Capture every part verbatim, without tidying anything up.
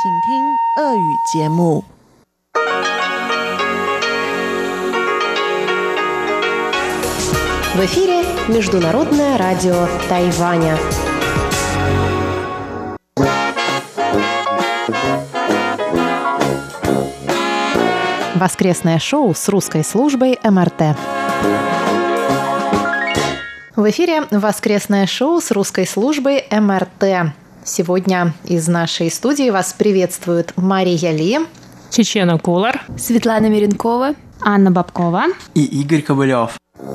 请听俄语节目。 В эфире Международное радио Тайваня. Воскресное шоу с русской службой эм эр тэ. В эфире воскресное шоу с русской службой эм эр тэ. Сегодня из нашей студии вас приветствуют Мария Ли, Чечена Кулар, Светлана Миренкова, Анна Бабкова и Игорь Кобылев.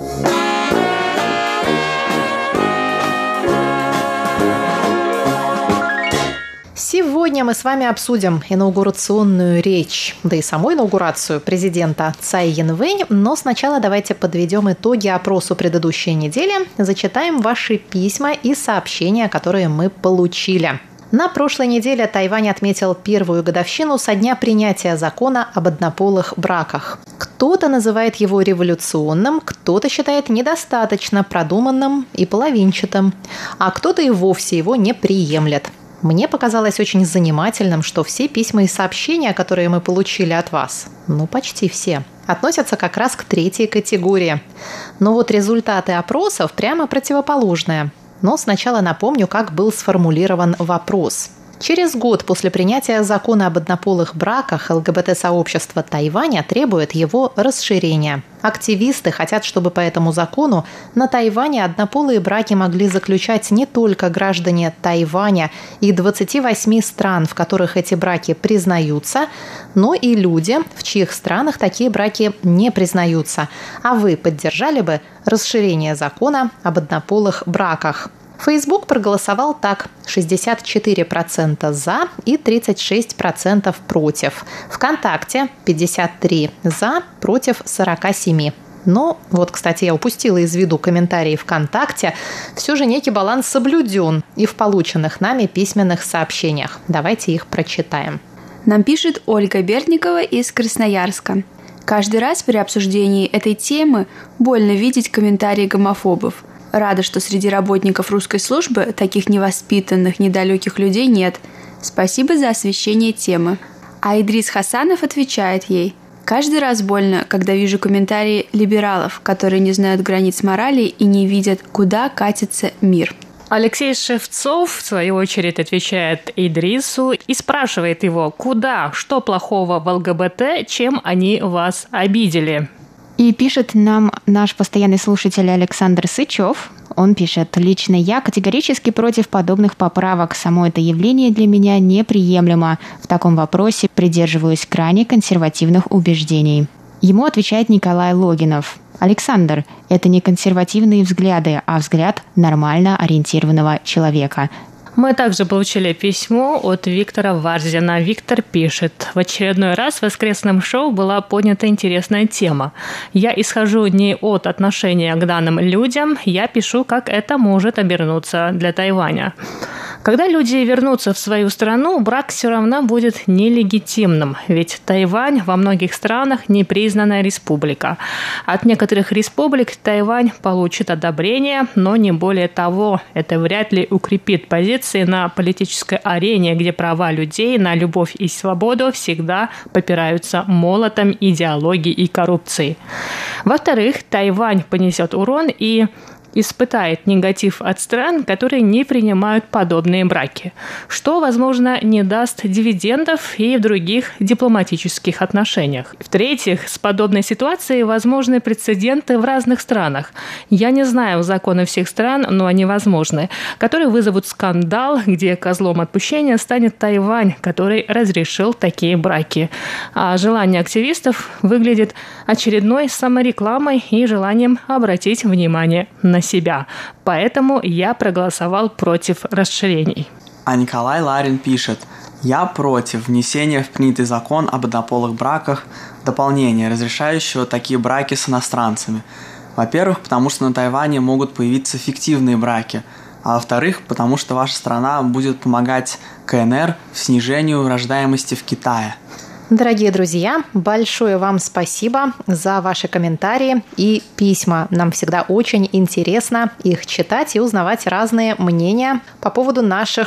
Сегодня мы с вами обсудим инаугурационную речь, да и саму инаугурацию президента Цай Янвэнь, но сначала давайте подведем итоги опросу предыдущей недели, зачитаем ваши письма и сообщения, которые мы получили. На прошлой неделе Тайвань отметил первую годовщину со дня принятия закона об однополых браках. Кто-то называет его революционным, кто-то считает недостаточно продуманным и половинчатым, а кто-то и вовсе его не приемлет. Мне показалось очень занимательным, что все письма и сообщения, которые мы получили от вас, ну почти все, относятся как раз к третьей категории. Но вот результаты опросов прямо противоположные. Но сначала напомню, как был сформулирован вопрос. Через год после принятия закона об однополых браках эл гэ бэ тэ-сообщество Тайваня требует его расширения. Активисты хотят, чтобы по этому закону на Тайване однополые браки могли заключать не только граждане Тайваня и двадцати восьми стран, в которых эти браки признаются, но и люди, в чьих странах такие браки не признаются. А вы поддержали бы расширение закона об однополых браках? Facebook проголосовал так: шестьдесят четыре процента за и тридцать шесть процентов против. ВКонтакте пятьдесят три за, против сорок семь. Но вот, кстати, я упустила из виду комментарии ВКонтакте. Все же некий баланс соблюден и в полученных нами письменных сообщениях. Давайте их прочитаем. Нам пишет Ольга Бердникова из Красноярска. Каждый раз при обсуждении этой темы больно видеть комментарии гомофобов. Рада, что среди работников русской службы таких невоспитанных, недалеких людей нет. Спасибо за освещение темы. А Идрис Хасанов отвечает ей: каждый раз больно, когда вижу комментарии либералов, которые не знают границ морали и не видят, куда катится мир. Алексей Шевцов, в свою очередь, отвечает Идрису и спрашивает его, куда, что плохого в эл гэ бэ тэ, чем они вас обидели. И пишет нам наш постоянный слушатель Александр Сычев. Он пишет: «Лично я категорически против подобных поправок. Само это явление для меня неприемлемо. В таком вопросе придерживаюсь крайне консервативных убеждений». Ему отвечает Николай Логинов: «Александр, это не консервативные взгляды, а взгляд нормально ориентированного человека». Мы также получили письмо от Виктора Варзина. Виктор пишет: в очередной раз в воскресном шоу была поднята интересная тема. Я исхожу не от отношения к данным людям, я пишу, как это может обернуться для Тайваня. Когда люди вернутся в свою страну, брак все равно будет нелегитимным, ведь Тайвань во многих странах непризнанная республика. От некоторых республик Тайвань получит одобрение, но не более того. Это вряд ли укрепит позиции на политической арене, где права людей на любовь и свободу всегда попираются молотом идеологии и коррупции. Во-вторых, Тайвань понесет урон и испытает негатив от стран, которые не принимают подобные браки, что, возможно, не даст дивидендов и в других дипломатических отношениях. В-третьих, с подобной ситуацией возможны прецеденты в разных странах. Я не знаю законы всех стран, но они возможны, которые вызовут скандал, где козлом отпущения станет Тайвань, который разрешил такие браки. А желание активистов выглядит очередной саморекламой и желанием обратить внимание на себя. Поэтому я проголосовал против расширений. А Николай Ларин пишет: «Я против внесения в принятый закон об однополых браках дополнения, разрешающего такие браки с иностранцами. Во-первых, потому что на Тайване могут появиться фиктивные браки, а во-вторых, потому что ваша страна будет помогать ка эн эр в снижении рождаемости в Китае». Дорогие друзья, большое вам спасибо за ваши комментарии и письма. Нам всегда очень интересно их читать и узнавать разные мнения по поводу наших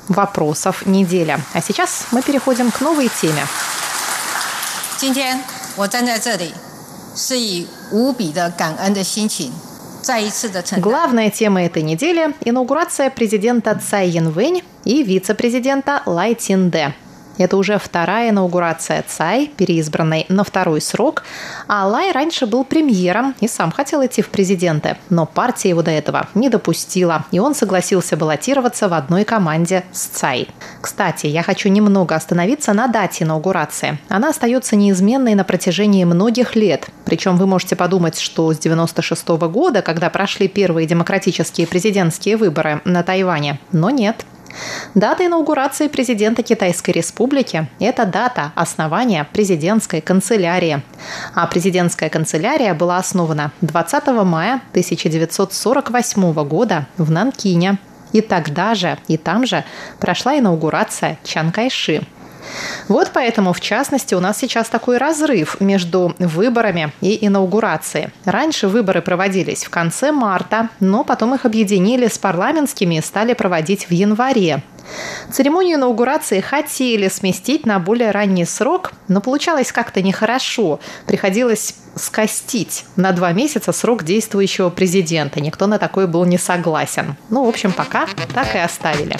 вопросов неделя. А сейчас мы переходим к новой теме. 今天我站在这里是以无比的感恩的心情 Главная тема этой недели – инаугурация президента Цай Янвэнь и вице-президента Лай Цин-де. Это уже вторая инаугурация Цай, переизбранной на второй срок, а Лай раньше был премьером и сам хотел идти в президенты, но партия его до этого не допустила, и он согласился баллотироваться в одной команде с Цай. Кстати, я хочу немного остановиться на дате инаугурации. Она остается неизменной на протяжении многих лет. Причем вы можете подумать, что с девяносто шестого года, когда прошли первые демократические президентские выборы на Тайване, но нет. Дата инаугурации президента Китайской Республики – это дата основания президентской канцелярии. А президентская канцелярия была основана двадцатого мая тысяча девятьсот сорок восьмого года в Нанкине. И тогда же, и там же прошла инаугурация Чан Кайши. Вот поэтому, в частности, у нас сейчас такой разрыв между выборами и инаугурацией. Раньше выборы проводились в конце марта, но потом их объединили с парламентскими и стали проводить в январе. Церемонию инаугурации хотели сместить на более ранний срок, но получалось как-то нехорошо. Приходилось скостить на два месяца срок действующего президента. Никто на такое был не согласен. Ну, в общем, пока так и оставили.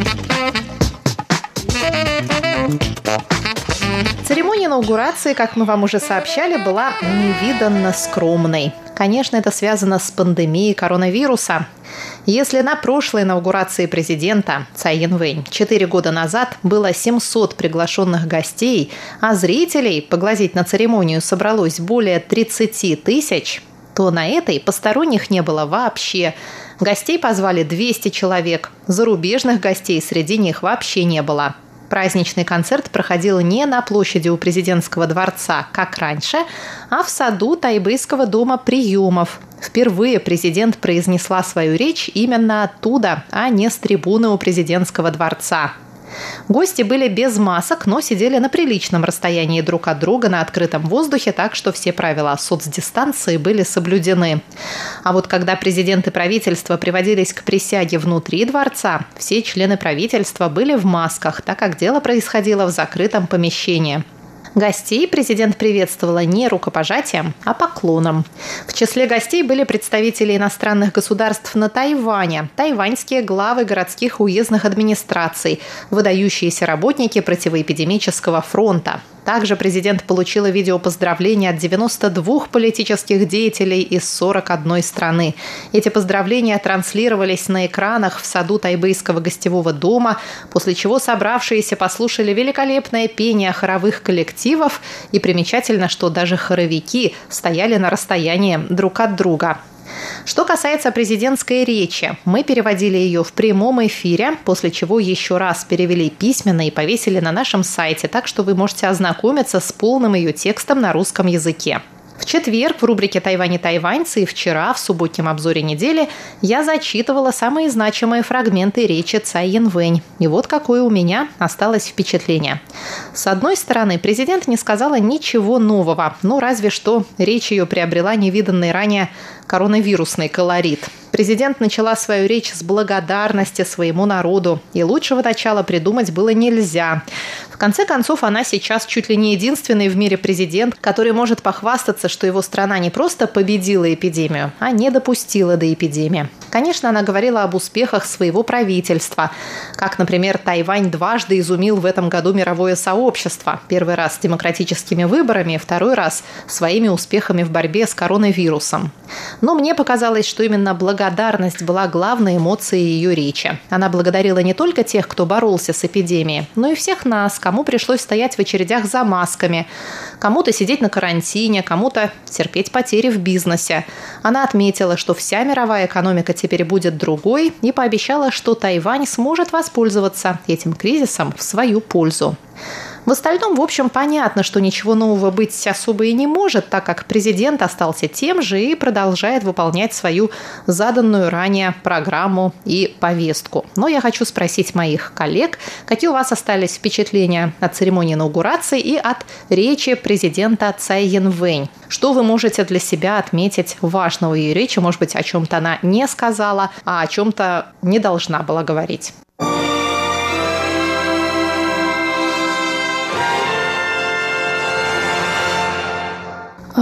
Церемония инаугурации, как мы вам уже сообщали, была невиданно скромной. Конечно, это связано с пандемией коронавируса. Если на прошлой инаугурации президента Цай Янвэнь четыре года назад было семьсот приглашенных гостей, а зрителей поглазеть на церемонию собралось более тридцать тысяч, то на этой посторонних не было вообще. Гостей позвали двести человек, зарубежных гостей среди них вообще не было. Праздничный концерт проходил не на площади у президентского дворца, как раньше, а в саду Тайбэйского дома приемов. Впервые президент произнесла свою речь именно оттуда, а не с трибуны у президентского дворца. Гости были без масок, но сидели на приличном расстоянии друг от друга на открытом воздухе, так что все правила соцдистанции были соблюдены. А вот когда президент и правительство приводились к присяге внутри дворца, все члены правительства были в масках, так как дело происходило в закрытом помещении. Гостей президент приветствовала не рукопожатием, а поклоном. В числе гостей были представители иностранных государств на Тайване, тайваньские главы городских уездных администраций, выдающиеся работники противоэпидемического фронта. Также президент получила видеопоздравления от девяноста двух политических деятелей из сорока одной страны. Эти поздравления транслировались на экранах в саду Тайбэйского гостевого дома, после чего собравшиеся послушали великолепное пение хоровых коллективов, и примечательно, что даже хоровики стояли на расстоянии друг от друга. Что касается президентской речи, мы переводили ее в прямом эфире, после чего еще раз перевели письменно и повесили на нашем сайте, так что вы можете ознакомиться с полным ее текстом на русском языке. В четверг в рубрике «Тайвань и тайваньцы» и вчера в субботнем обзоре недели я зачитывала самые значимые фрагменты речи Цай Янвэнь. И вот какое у меня осталось впечатление. С одной стороны, президент не сказала ничего нового, ну разве что речь ее приобрела невиданный ранее коронавирусный колорит. Президент начала свою речь с благодарности своему народу, и лучшего начала придумать было нельзя. В конце концов, она сейчас чуть ли не единственный в мире президент, который может похвастаться, что его страна не просто победила эпидемию, а не допустила до эпидемии. Конечно, она говорила об успехах своего правительства, как, например, Тайвань дважды изумил в этом году мировое сообщество. Первый раз демократическими выборами, второй раз своими успехами в борьбе с коронавирусом. Но мне показалось, что именно благодарность была главной эмоцией ее речи. Она благодарила не только тех, кто боролся с эпидемией, но и всех нас, кому пришлось стоять в очередях за масками, кому-то сидеть на карантине, кому-то терпеть потери в бизнесе. Она отметила, что вся мировая экономика теперь будет другой, и пообещала, что Тайвань сможет воспользоваться этим кризисом в свою пользу. В остальном, в общем, понятно, что ничего нового быть особо и не может, так как президент остался тем же и продолжает выполнять свою заданную ранее программу и повестку. Но я хочу спросить моих коллег, какие у вас остались впечатления от церемонии инаугурации и от речи президента Цай Янвэнь? Что вы можете для себя отметить важного в ее речи? Может быть, о чем-то она не сказала, а о чем-то не должна была говорить?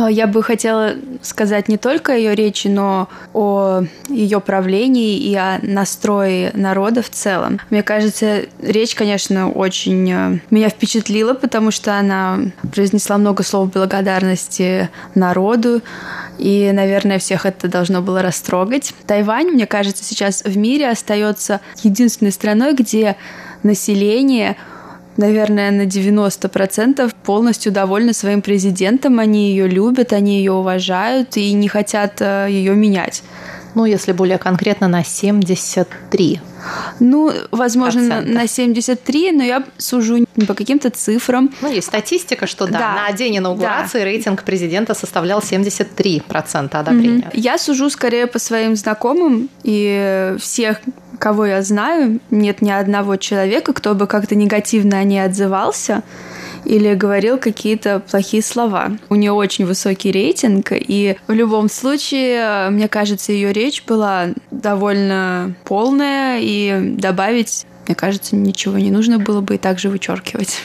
Я бы хотела сказать не только о ее речи, но о ее правлении и о настрое народа в целом. Мне кажется, речь, конечно, очень меня впечатлила, потому что она произнесла много слов благодарности народу, и, наверное, всех это должно было растрогать. Тайвань, мне кажется, сейчас в мире остается единственной страной, где население, наверное, на девяносто процентов полностью довольны своим президентом. Они ее любят, они ее уважают и не хотят ее менять. Ну, если более конкретно, на семьдесят три. Ну, возможно, процента. На семьдесят три, но я сужу по каким-то цифрам. Ну, есть статистика, что да, да. на день инаугурации да. рейтинг президента составлял семьдесят три процента одобрения. Mm-hmm. Я сужу скорее по своим знакомым, и всех, кого я знаю, нет ни одного человека, кто бы как-то негативно о ней отзывался или говорил какие-то плохие слова. У нее очень высокий рейтинг, и в любом случае, мне кажется, ее речь была довольно полная, и добавить, мне кажется, ничего не нужно было бы и также вычеркивать.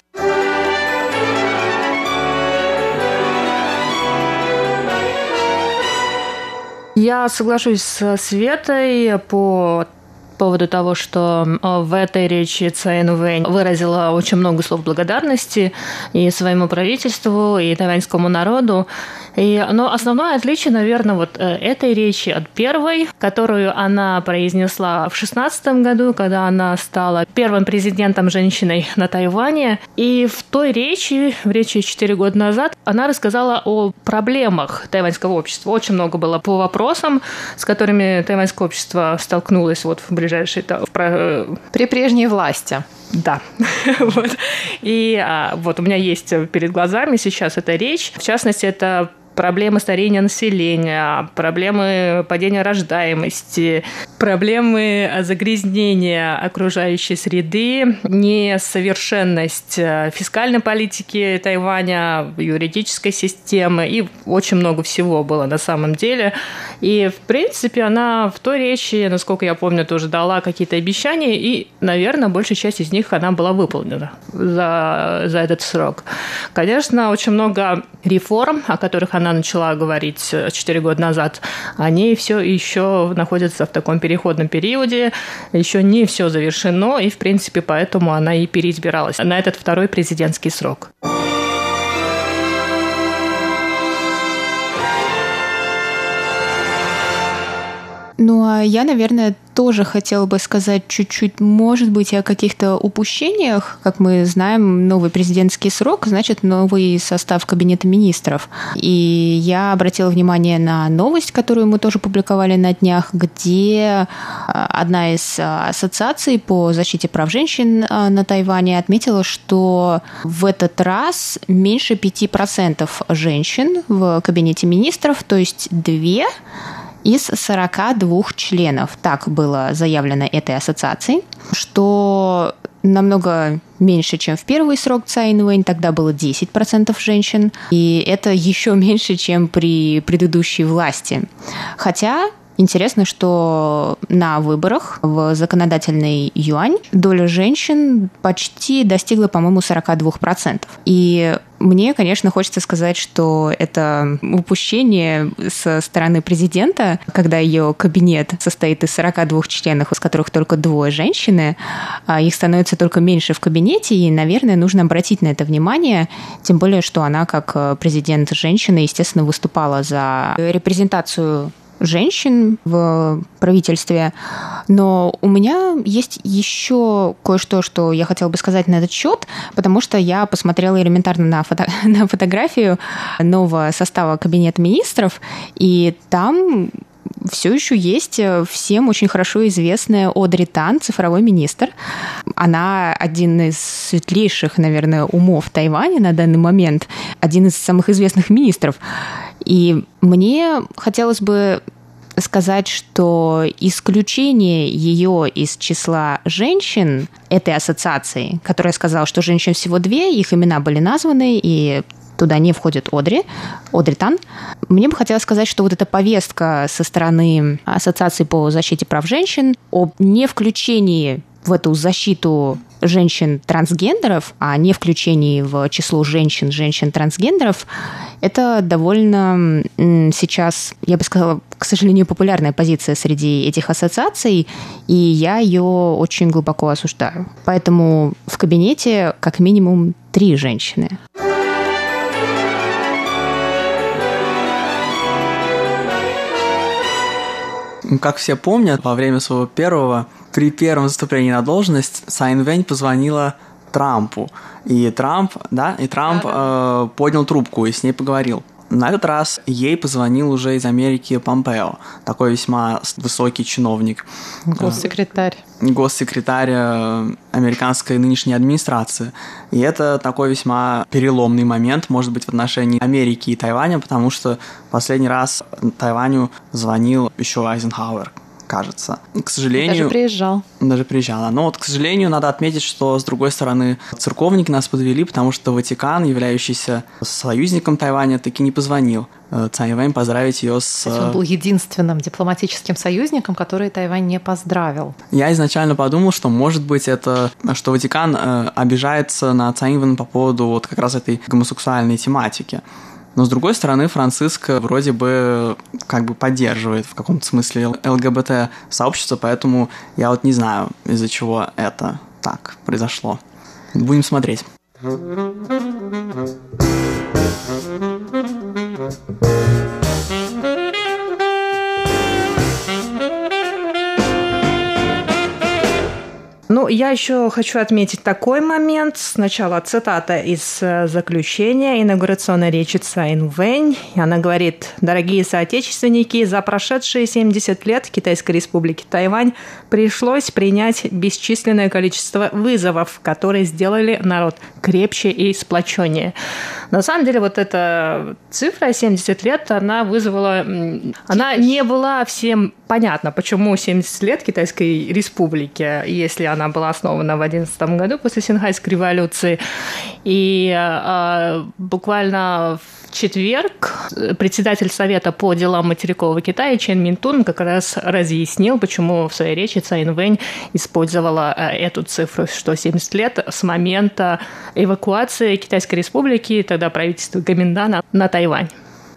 Я соглашусь с Светой по поводу того, что в этой речи Цай Янвэнь выразила очень много слов благодарности и своему правительству, и тайваньскому народу. И, но основное отличие, наверное, вот этой речи от первой, которую она произнесла в шестнадцатом году, когда она стала первым президентом женщиной на Тайване. И в той речи, в речи четыре года назад, она рассказала о проблемах тайваньского общества. Очень много было по вопросам, с которыми тайваньское общество столкнулось вот в ближайшие... В... При прежней власти. Да. вот. И а, вот у меня есть перед глазами сейчас эта речь. В частности, это проблемы старения населения, проблемы падения рождаемости, проблемы загрязнения окружающей среды, несовершенность фискальной политики Тайваня, юридической системы, и очень много всего было на самом деле. И, в принципе, она в той речи, насколько я помню, тоже дала какие-то обещания, и, наверное, большая часть из них она была выполнена за, за этот срок. Конечно, очень много реформ, о которых она начала говорить четыре года назад, они все еще находятся в таком переходном периоде, еще не все завершено, и, в принципе, поэтому она и переизбиралась на этот второй президентский срок. Ну, а я, наверное, тоже хотела бы сказать чуть-чуть, может быть, о каких-то упущениях. Как мы знаем, новый президентский срок, значит, новый состав кабинета министров. И я обратила внимание на новость, которую мы тоже публиковали на днях, где одна из ассоциаций по защите прав женщин на Тайване отметила, что в этот раз меньше пяти процентов женщин в кабинете министров, то есть две из сорока двух членов. Так было заявлено этой ассоциацией, что намного меньше, чем в первый срок Цай Янвэнь, тогда было десять процентов женщин, и это еще меньше, чем при предыдущей власти. Хотя интересно, что на выборах в законодательный юань доля женщин почти достигла, по-моему, сорок два процента. И мне, конечно, хочется сказать, что это упущение со стороны президента, когда ее кабинет состоит из сорока двух членов, из которых только двое женщины, их становится только меньше в кабинете, и, наверное, нужно обратить на это внимание, тем более, что она, как президент женщины, естественно, выступала за репрезентацию женщин в правительстве. Но у меня есть еще кое-что, что я хотела бы сказать на этот счет, потому что я посмотрела элементарно на, фото- на фотографию нового состава кабинета министров, и там все еще есть всем очень хорошо известная Одри Тан, цифровой министр. Она один из светлейших, наверное, умов Тайваня на данный момент, один из самых известных министров. И мне хотелось бы сказать, что исключение ее из числа женщин этой ассоциации, которая сказала, что женщин всего две, их имена были названы, и туда не входит Одри, Одри Тан. Мне бы хотелось сказать, что вот эта повестка со стороны Ассоциации по защите прав женщин об невключении в эту защиту женщин-трансгендеров, а не включение в число женщин, женщин-трансгендеров, это довольно сейчас, я бы сказала, к сожалению, популярная позиция среди этих ассоциаций, и я ее очень глубоко осуждаю. Поэтому в кабинете как минимум три женщины. Как все помнят, во время своего первого, при первом заступлении на должность Цай Инвэнь позвонила Трампу. И Трамп, да, и Трамп э, поднял трубку и с ней поговорил. На этот раз ей позвонил уже из Америки Помпео, такой весьма высокий чиновник. Госсекретарь. Госсекретарь американской нынешней администрации. И это такой весьма переломный момент, может быть, в отношении Америки и Тайваня, потому что последний раз Тайваню звонил еще Айзенхауэр, кажется. К сожалению... Даже приезжал. Даже приезжал. Но вот, к сожалению, надо отметить, что, с другой стороны, церковники нас подвели, потому что Ватикан, являющийся союзником Тайваня, таки не позвонил Цай Инвэнь поздравить ее с... Он был единственным дипломатическим союзником, который Тайвань не поздравил. Я изначально подумал, что, может быть, это... что Ватикан э, обижается на Цай Инвэнь по поводу вот как раз этой гомосексуальной тематики. Но, с другой стороны, Франциск вроде бы как бы поддерживает в каком-то смысле ЛГБТ-сообщество, поэтому я вот не знаю, из-за чего это так произошло. Будем смотреть. Ну, я еще хочу отметить такой момент. Сначала цитата из заключения инаугурационной речи Цай Инвэнь. Она говорит: «Дорогие соотечественники, за прошедшие семьдесят лет Китайской Республике Тайвань пришлось принять бесчисленное количество вызовов, которые сделали народ крепче и сплоченнее». На самом деле, вот эта цифра семьдесят лет, она вызвала... Она не была всем понятна, почему семьдесят лет Китайской Республике, если она была основана в одиннадцатом году после Синьхайской революции. И э, буквально в четверг председатель Совета по делам материкового Китая Чен Минтун как раз разъяснил, почему в своей речи Цай Инвэнь использовала эту цифру, что семьдесят лет с момента эвакуации Китайской Республики, тогда правительства Гоминдана, на Тайвань.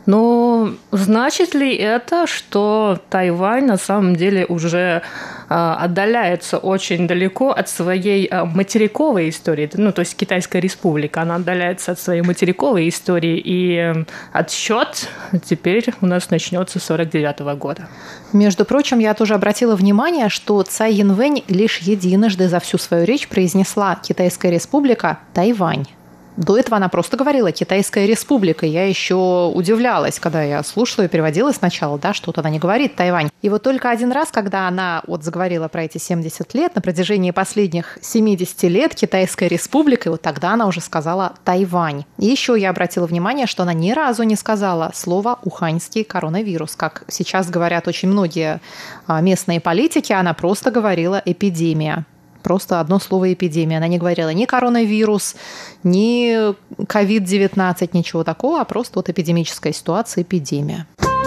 Но значит ли это, что Тайвань на самом деле уже э, отдаляется очень далеко от своей э, материковой истории? Ну, то есть Китайская Республика, она отдаляется от своей материковой истории, и э, отсчет теперь у нас начнется с сорок девятого года. Между прочим, я тоже обратила внимание, что Цай Инвэнь лишь единожды за всю свою речь произнесла «Китайская Республика, Тайвань». До этого она просто говорила «Китайская Республика». Я еще удивлялась, когда я слушала и переводила сначала, да, что вот она не говорит «Тайвань». И вот только один раз, когда она вот заговорила про эти семьдесят лет, на протяжении последних семидесяти лет Китайская Республика, и вот тогда она уже сказала «Тайвань». И еще я обратила внимание, что она ни разу не сказала слово «уханьский коронавирус». Как сейчас говорят очень многие местные политики, она просто говорила «эпидемия». Просто одно слово «эпидемия». Она не говорила ни коронавирус, ни ковид девятнадцать, ничего такого, а просто вот эпидемическая ситуация, эпидемия.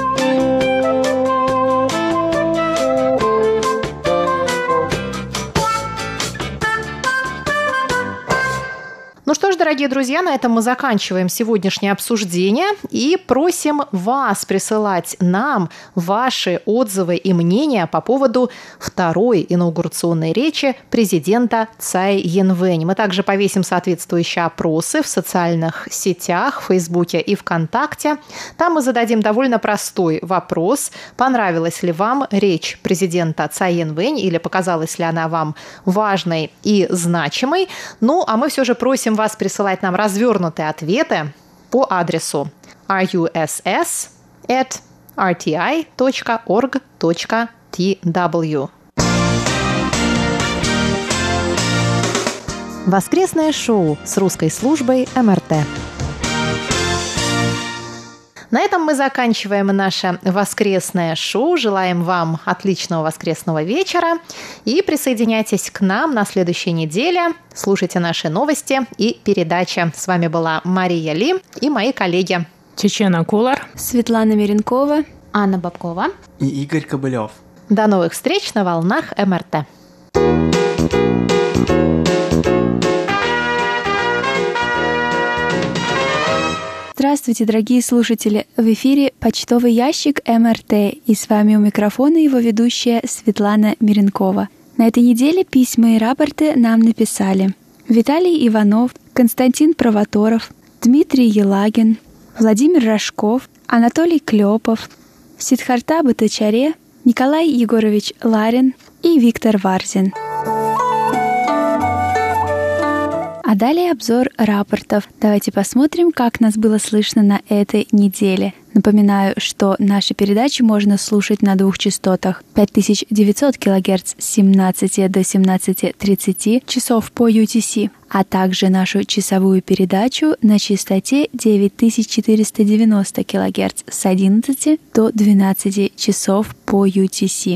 Ну что ж, дорогие друзья, на этом мы заканчиваем сегодняшнее обсуждение и просим вас присылать нам ваши отзывы и мнения по поводу второй инаугурационной речи президента Цай Инвэнь. Мы также повесим соответствующие опросы в социальных сетях, в Фейсбуке и ВКонтакте. Там мы зададим довольно простой вопрос: понравилась ли вам речь президента Цай Инвэнь или показалась ли она вам важной и значимой? Ну, а мы все же просим вас присылать нам развернутые ответы по адресу ар ю эс эс at эр ти ай точка орг точка ти дабл ю. Воскресное шоу с русской службой эм эр тэ. На этом мы заканчиваем наше воскресное шоу. Желаем вам отличного воскресного вечера. И присоединяйтесь к нам на следующей неделе. Слушайте наши новости и передачи. С вами была Мария Ли и мои коллеги Чечена Кулар, Светлана Миренкова, Анна Бабкова и Игорь Кобылев. До новых встреч на волнах эм эр тэ. Здравствуйте, дорогие слушатели! В эфире почтовый ящик эм эр тэ, и с вами у микрофона его ведущая Светлана Миренкова. На этой неделе письма и рапорты нам написали Виталий Иванов, Константин Провоторов, Дмитрий Елагин, Владимир Рожков, Анатолий Клепов, Сиддхарта Батачаре, Николай Егорович Ларин и Виктор Варзин. А далее обзор рапортов. Давайте посмотрим, как нас было слышно на этой неделе. Напоминаю, что наши передачи можно слушать на двух частотах: пять тысяч девятьсот килогерц с семнадцати до семнадцати тридцати часов по ю ти си, а также нашу часовую передачу на частоте девять тысяч четыреста девяносто килогерц с одиннадцати до двенадцати часов по ю ти си.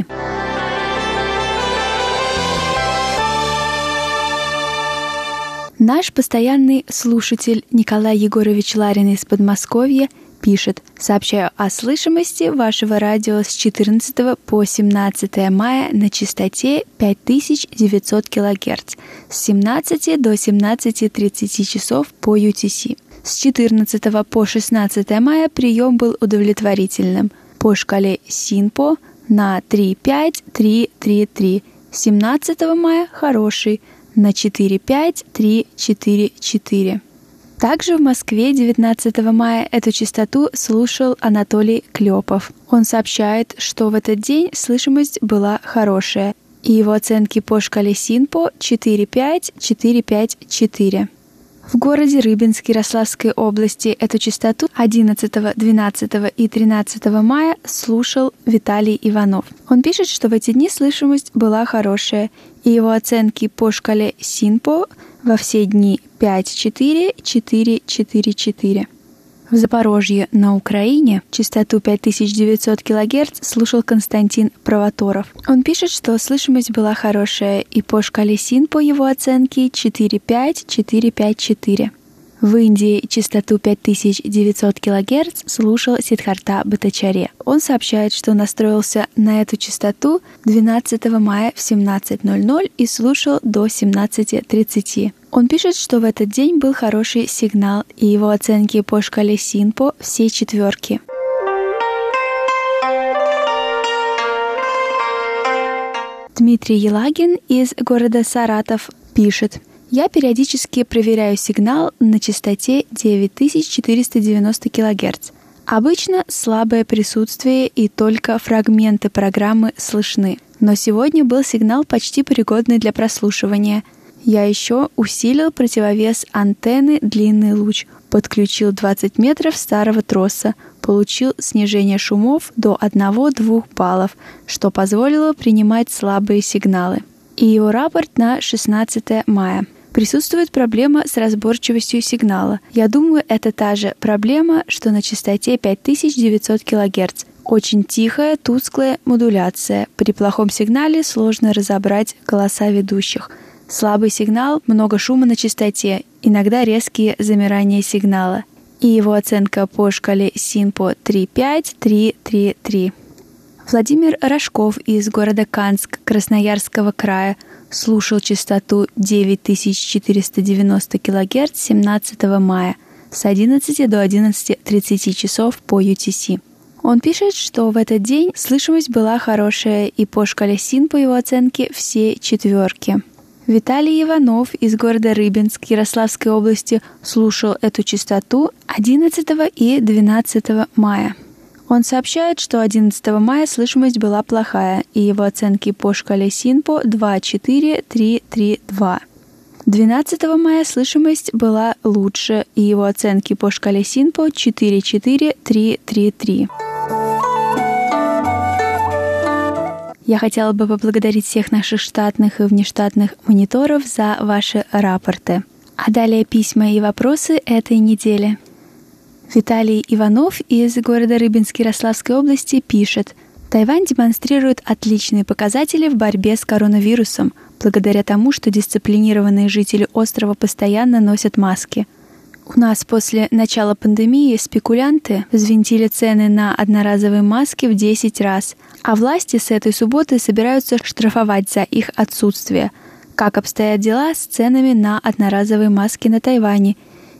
Наш постоянный слушатель Николай Егорович Ларин из Подмосковья пишет: «Сообщаю о слышимости вашего радио с четырнадцатого по семнадцатое мая на частоте пять тысяч девятьсот килогерц с семнадцати до семнадцати тридцати часов по ю ти си. С четырнадцатого по шестнадцатое мая прием был удовлетворительным по шкале СИНПО на три пять три три три. семнадцатого мая хороший на четыре пять три четыре четыре. Также в Москве девятнадцатого мая эту частоту слушал Анатолий Клепов. Он сообщает, что в этот день слышимость была хорошая, и его оценки по шкале СИНПО четыре пять четыре пять четыре. В городе Рыбинск Ярославской области эту частоту одиннадцатого, двенадцатого и тринадцатого мая слушал Виталий Иванов. Он пишет, что в эти дни слышимость была хорошая, и его оценки по шкале СИНПО во все дни пять четыре четыре четыре четыре. В Запорожье на Украине частоту пять тысяч девятьсот килогерц слушал Константин Провоторов. Он пишет, что слышимость была хорошая, и по шкале СИНПО его оценки четыре пять четыре пять четыре. В Индии частоту пять тысяч девятьсот килогерц слушал Сиддхарта Батачаре. Он сообщает, что настроился на эту частоту двенадцатого мая в семнадцать ноль ноль и слушал до семнадцати тридцати. Он пишет, что в этот день был хороший сигнал, и его оценки по шкале СИНПО все четверки. Дмитрий Елагин из города Саратов пишет: «Я периодически проверяю сигнал на частоте девять тысяч четыреста девяносто килогерц. Обычно слабое присутствие и только фрагменты программы слышны. Но сегодня был сигнал почти пригодный для прослушивания. Я еще усилил противовес антенны «Длинный луч», подключил двадцать метров старого троса, получил снижение шумов до одного-двух баллов, что позволило принимать слабые сигналы». И его рапорт на шестнадцатое мая. Присутствует проблема с разборчивостью сигнала. Я думаю, это та же проблема, что на частоте пять тысяч девятьсот килогерц. Очень тихая, тусклая модуляция. При плохом сигнале сложно разобрать голоса ведущих. Слабый сигнал, много шума на частоте, иногда резкие замирания сигнала. И его оценка по шкале СИНПО три пять три три три. Владимир Рожков из города Канск Красноярского края слушал частоту девять тысяч четыреста девяносто килогерц семнадцатого мая с одиннадцати до одиннадцати тридцати часов по ю ти си. Он пишет, что в этот день слышимость была хорошая, и по шкале СИН по его оценке все четверки. Виталий Иванов из города Рыбинск Ярославской области слушал эту частоту одиннадцатого и двенадцатого мая. Он сообщает, что одиннадцатого мая слышимость была плохая, и его оценки по шкале СИНПО два четыре три три два. двенадцатого мая слышимость была лучше, и его оценки по шкале СИНПО четыре четыре три три три. Я хотела бы поблагодарить всех наших штатных и внештатных мониторов за ваши рапорты. А далее письма и вопросы этой недели. Виталий Иванов из города Рыбинск Ярославской области пишет: Тайвань демонстрирует отличные показатели в борьбе с коронавирусом, благодаря тому, что дисциплинированные жители острова постоянно носят маски. У нас после начала пандемии спекулянты взвинтили цены на одноразовые маски в десять раз, а власти с этой субботы собираются штрафовать за их отсутствие. Как обстоят дела с ценами на одноразовые маски на Тайване?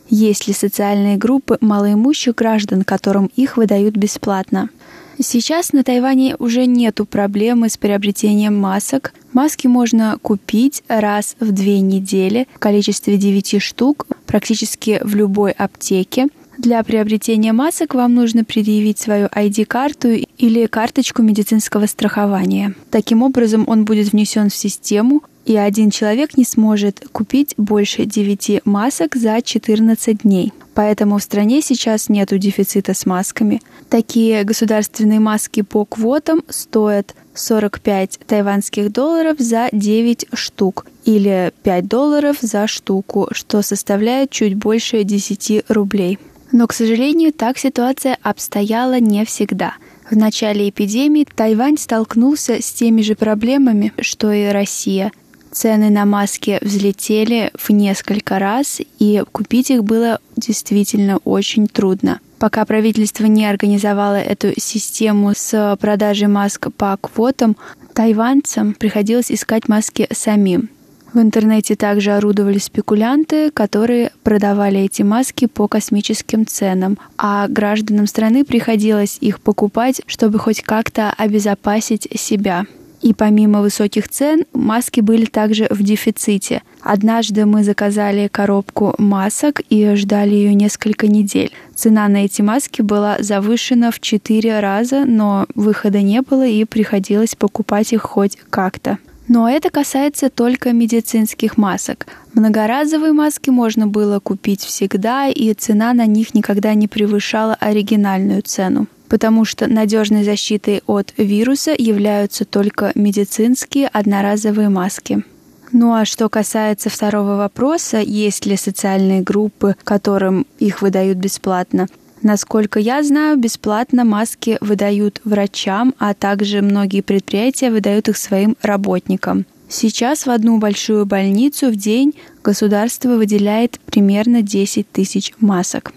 Есть ли социальные группы малоимущих граждан, которым их выдают бесплатно? Сейчас на Тайване уже нету проблемы с приобретением масок. Маски можно купить раз в две недели в количестве девяти штук практически в любой аптеке. Для приобретения масок вам нужно предъявить свою ай ди-карту или карточку медицинского страхования. Таким образом, он будет внесен в систему, и один человек не сможет купить больше девяти масок за четырнадцать дней. Поэтому в стране сейчас нет дефицита с масками. Такие государственные маски по квотам стоят сорок пять тайваньских долларов за девять штук или пять долларов за штуку, что составляет чуть больше десять рублей. Но, к сожалению, так ситуация обстояла не всегда. В начале эпидемии Тайвань столкнулся с теми же проблемами, что и Россия. Цены на маски взлетели в несколько раз, и купить их было действительно очень трудно. Пока правительство не организовало эту систему с продажей масок по квотам, тайваньцам приходилось искать маски самим. В интернете также орудовали спекулянты, которые продавали эти маски по космическим ценам, а гражданам страны приходилось их покупать, чтобы хоть как-то обезопасить себя. И помимо высоких цен, маски были также в дефиците. Однажды мы заказали коробку масок и ждали ее несколько недель. Цена на эти маски была завышена в четыре раза, но выхода не было и приходилось покупать их хоть как-то. Но это касается только медицинских масок. Многоразовые маски можно было купить всегда, и цена на них никогда не превышала оригинальную цену. Потому что надежной защитой от вируса являются только медицинские одноразовые маски. Ну а что касается второго вопроса, есть ли социальные группы, которым их выдают бесплатно? Насколько я знаю, бесплатно маски выдают врачам, а также многие предприятия выдают их своим работникам. Сейчас в одну большую больницу в день государство выделяет примерно десять тысяч масок.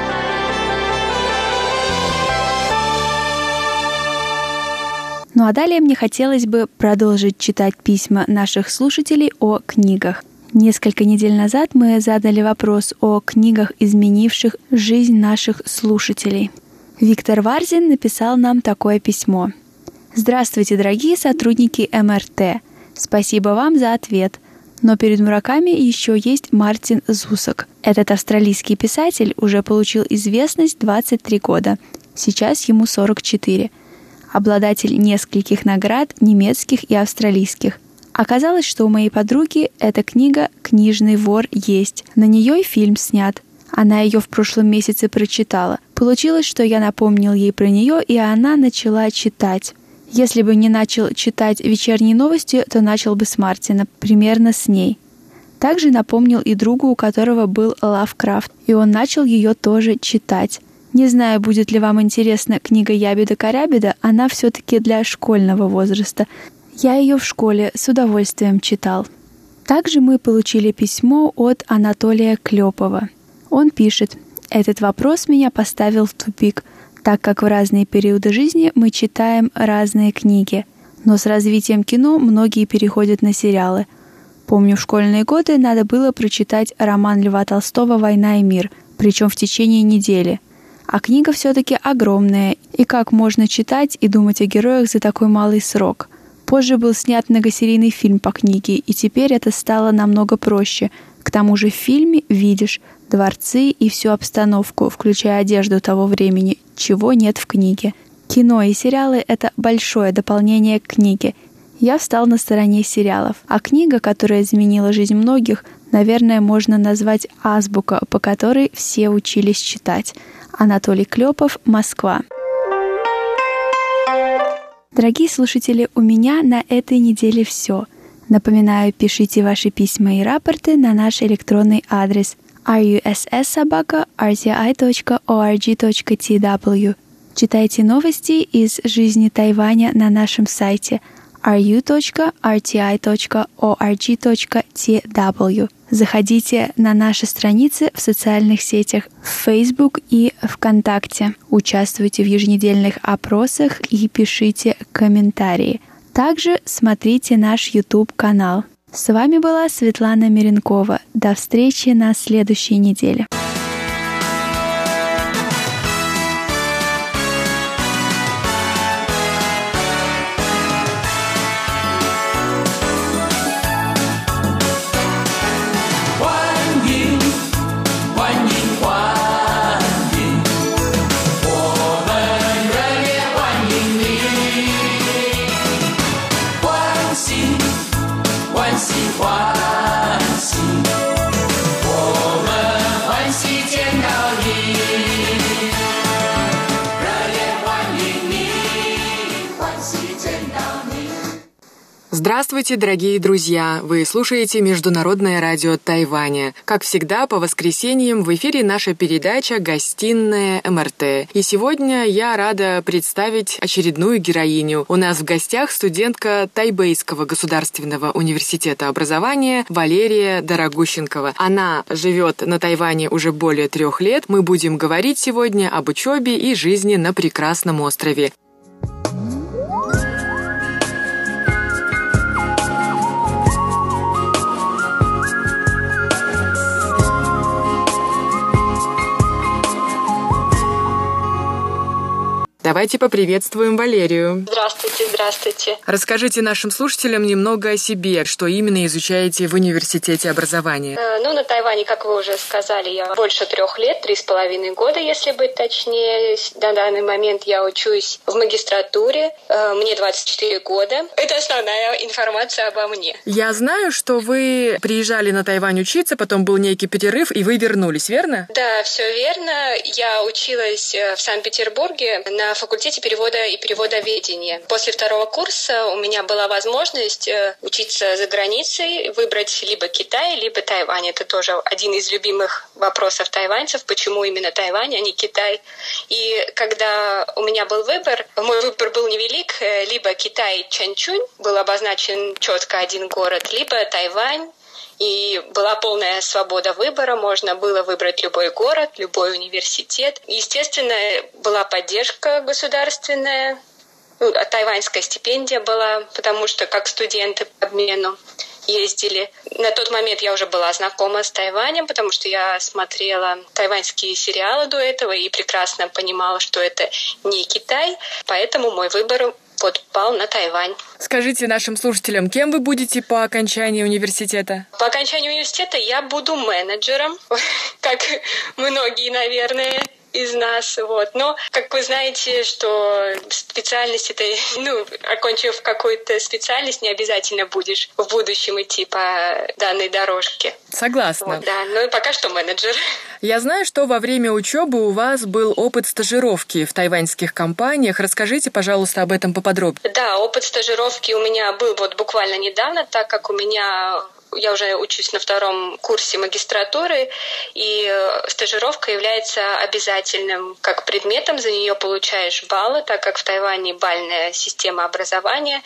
Ну а далее мне хотелось бы продолжить читать письма наших слушателей о книгах. Несколько недель назад мы задали вопрос о книгах, изменивших жизнь наших слушателей. Виктор Варзин написал нам такое письмо. «Здравствуйте, дорогие сотрудники эм эр тэ. Спасибо вам за ответ. Но перед Мураками еще есть Мартин Зусак. Этот австралийский писатель уже получил известность двадцать три года. Сейчас ему сорок четыре. Обладатель нескольких наград немецких и австралийских. Оказалось, что у моей подруги эта книга «Книжный вор» есть. На нее и фильм снят. Она ее в прошлом месяце прочитала. Получилось, что я напомнил ей про нее, и она начала читать. Если бы не начал читать «Вечерние новости», то начал бы с Мартина, примерно с ней. Также напомнил и другу, у которого был Лавкрафт, и он начал ее тоже читать. Не знаю, будет ли вам интересна книга «Ябеда-корябеда», она все-таки для школьного возраста. Я ее в школе с удовольствием читал. Также мы получили письмо от Анатолия Клепова. Он пишет: «Этот вопрос меня поставил в тупик, так как в разные периоды жизни мы читаем разные книги. Но с развитием кино многие переходят на сериалы. Помню, в школьные годы надо было прочитать роман Льва Толстого «Война и мир», причем в течение недели. А книга все-таки огромная, и как можно читать и думать о героях за такой малый срок? Позже был снят многосерийный фильм по книге, и теперь это стало намного проще. К тому же в фильме видишь дворцы и всю обстановку, включая одежду того времени, чего нет в книге. Кино и сериалы — это большое дополнение к книге. Я встал на стороне сериалов. А книга, которая изменила жизнь многих, наверное, можно назвать азбука, по которой все учились читать. Анатолий Клепов, Москва». Дорогие слушатели, у меня на этой неделе все. Напоминаю, пишите ваши письма и рапорты на наш электронный адрес ар ю эс эс собака эр ти ай точка орг точка ти дабл ю. Читайте новости из жизни Тайваня на нашем сайте ар ю точка эр ти ай точка орг точка ти дабл ю. Заходите на наши страницы в социальных сетях в Facebook и ВКонтакте. Участвуйте в еженедельных опросах и пишите комментарии. Также смотрите наш YouTube-канал. С вами была Светлана Миренкова. До встречи на следующей неделе. Здравствуйте, дорогие друзья! Вы слушаете Международное радио Тайваня. Как всегда, по воскресеньям в эфире наша передача «Гостиная эм эр тэ». И сегодня я рада представить очередную героиню. У нас в гостях студентка Тайбэйского государственного университета образования Валерия Дорогущенкова. Она живет на Тайване уже более трех лет. Мы будем говорить сегодня об учебе и жизни на прекрасном острове. Давайте поприветствуем Валерию. Здравствуйте, здравствуйте. Расскажите нашим слушателям немного о себе, что именно изучаете в университете образования. Э, ну, на Тайване, как вы уже сказали, я больше трех лет, три с половиной года, если быть точнее. На данный момент я учусь в магистратуре, э, мне двадцать четыре года. Это основная информация обо мне. Я знаю, что вы приезжали на Тайвань учиться, потом был некий перерыв, и вы вернулись, верно? Да, все верно. Я училась в Санкт-Петербурге на факультете перевода и переводоведения. После второго курса у меня была возможность учиться за границей, выбрать либо Китай, либо Тайвань. Это тоже один из любимых вопросов тайваньцев, почему именно Тайвань, а не Китай. И когда у меня был выбор, мой выбор был невелик, либо Китай Чанчунь, был обозначен четко один город, либо Тайвань. И была полная свобода выбора, можно было выбрать любой город, любой университет. Естественно, была поддержка государственная, ну, тайваньская стипендия была, потому что как студенты по обмену ездили. На тот момент я уже была знакома с Тайванем, потому что я смотрела тайваньские сериалы до этого и прекрасно понимала, что это не Китай, поэтому мой выбор вот пал на Тайвань. Скажите нашим слушателям, кем вы будете по окончании университета? По окончании университета я буду менеджером, как многие, наверное, из нас, вот. Но, как вы знаете, что специальность это, ну, окончив какую-то специальность, не обязательно будешь в будущем идти по данной дорожке. Согласна. Вот, да, но пока что менеджер. Я знаю, что во время учебы у вас был опыт стажировки в тайваньских компаниях. Расскажите, пожалуйста, об этом поподробнее. Да, опыт стажировки у меня был вот буквально недавно, так как у меня... Я уже учусь на втором курсе магистратуры, и стажировка является обязательным как предметом, за нее получаешь баллы, так как в Тайване бальная система образования,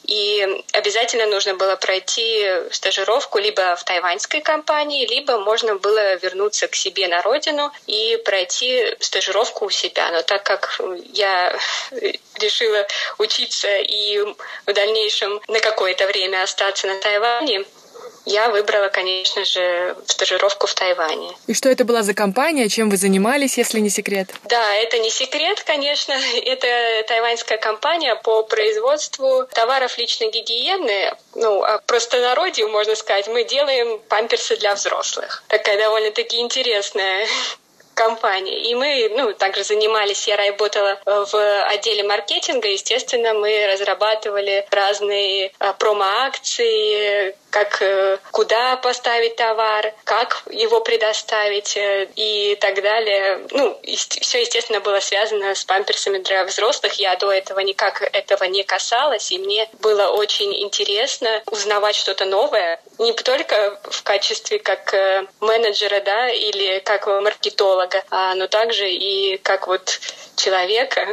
и обязательно нужно было пройти стажировку либо в тайваньской компании, либо можно было вернуться к себе на родину и пройти стажировку у себя. Но так как я решила учиться и в дальнейшем на какое-то время остаться на Тайване, я выбрала, конечно же, стажировку в Тайване. И что это была за компания? Чем вы занимались, если не секрет? Да, это не секрет, конечно. Это тайваньская компания по производству товаров личной гигиены. Ну, а простонародью, можно сказать, мы делаем памперсы для взрослых. Такая довольно-таки интересная компании. И мы, ну, также занимались, я работала в отделе маркетинга, естественно, мы разрабатывали разные промо-акции, как куда поставить товар, как его предоставить и так далее. Ну, все, естественно, было связано с памперсами для взрослых. Я до этого никак этого не касалась, и мне было очень интересно узнавать что-то новое, не только в качестве как менеджера, да, или как маркетолога, но также и как вот человека,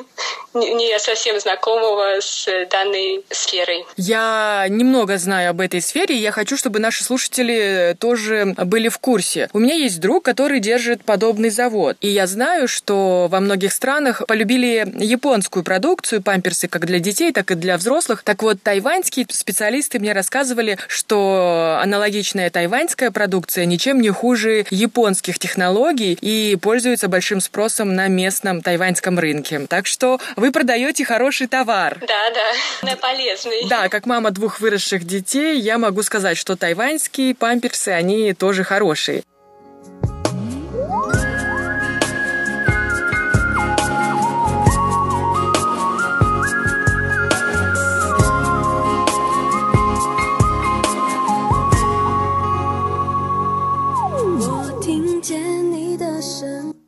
не совсем знакомого с данной сферой. Я немного знаю об этой сфере, и я хочу, чтобы наши слушатели тоже были в курсе. У меня есть друг, который держит подобный завод, и я знаю, что во многих странах полюбили японскую продукцию, памперсы как для детей, так и для взрослых. Так вот, тайваньские специалисты мне рассказывали, что аналогичная тайваньская продукция ничем не хуже японских технологий и пользуется большим спросом на местном тайваньском рынке. Так что вы продаете хороший товар. Да, да, полезный. Да, как мама двух выросших детей, я могу сказать, что тайваньские памперсы, они тоже хорошие.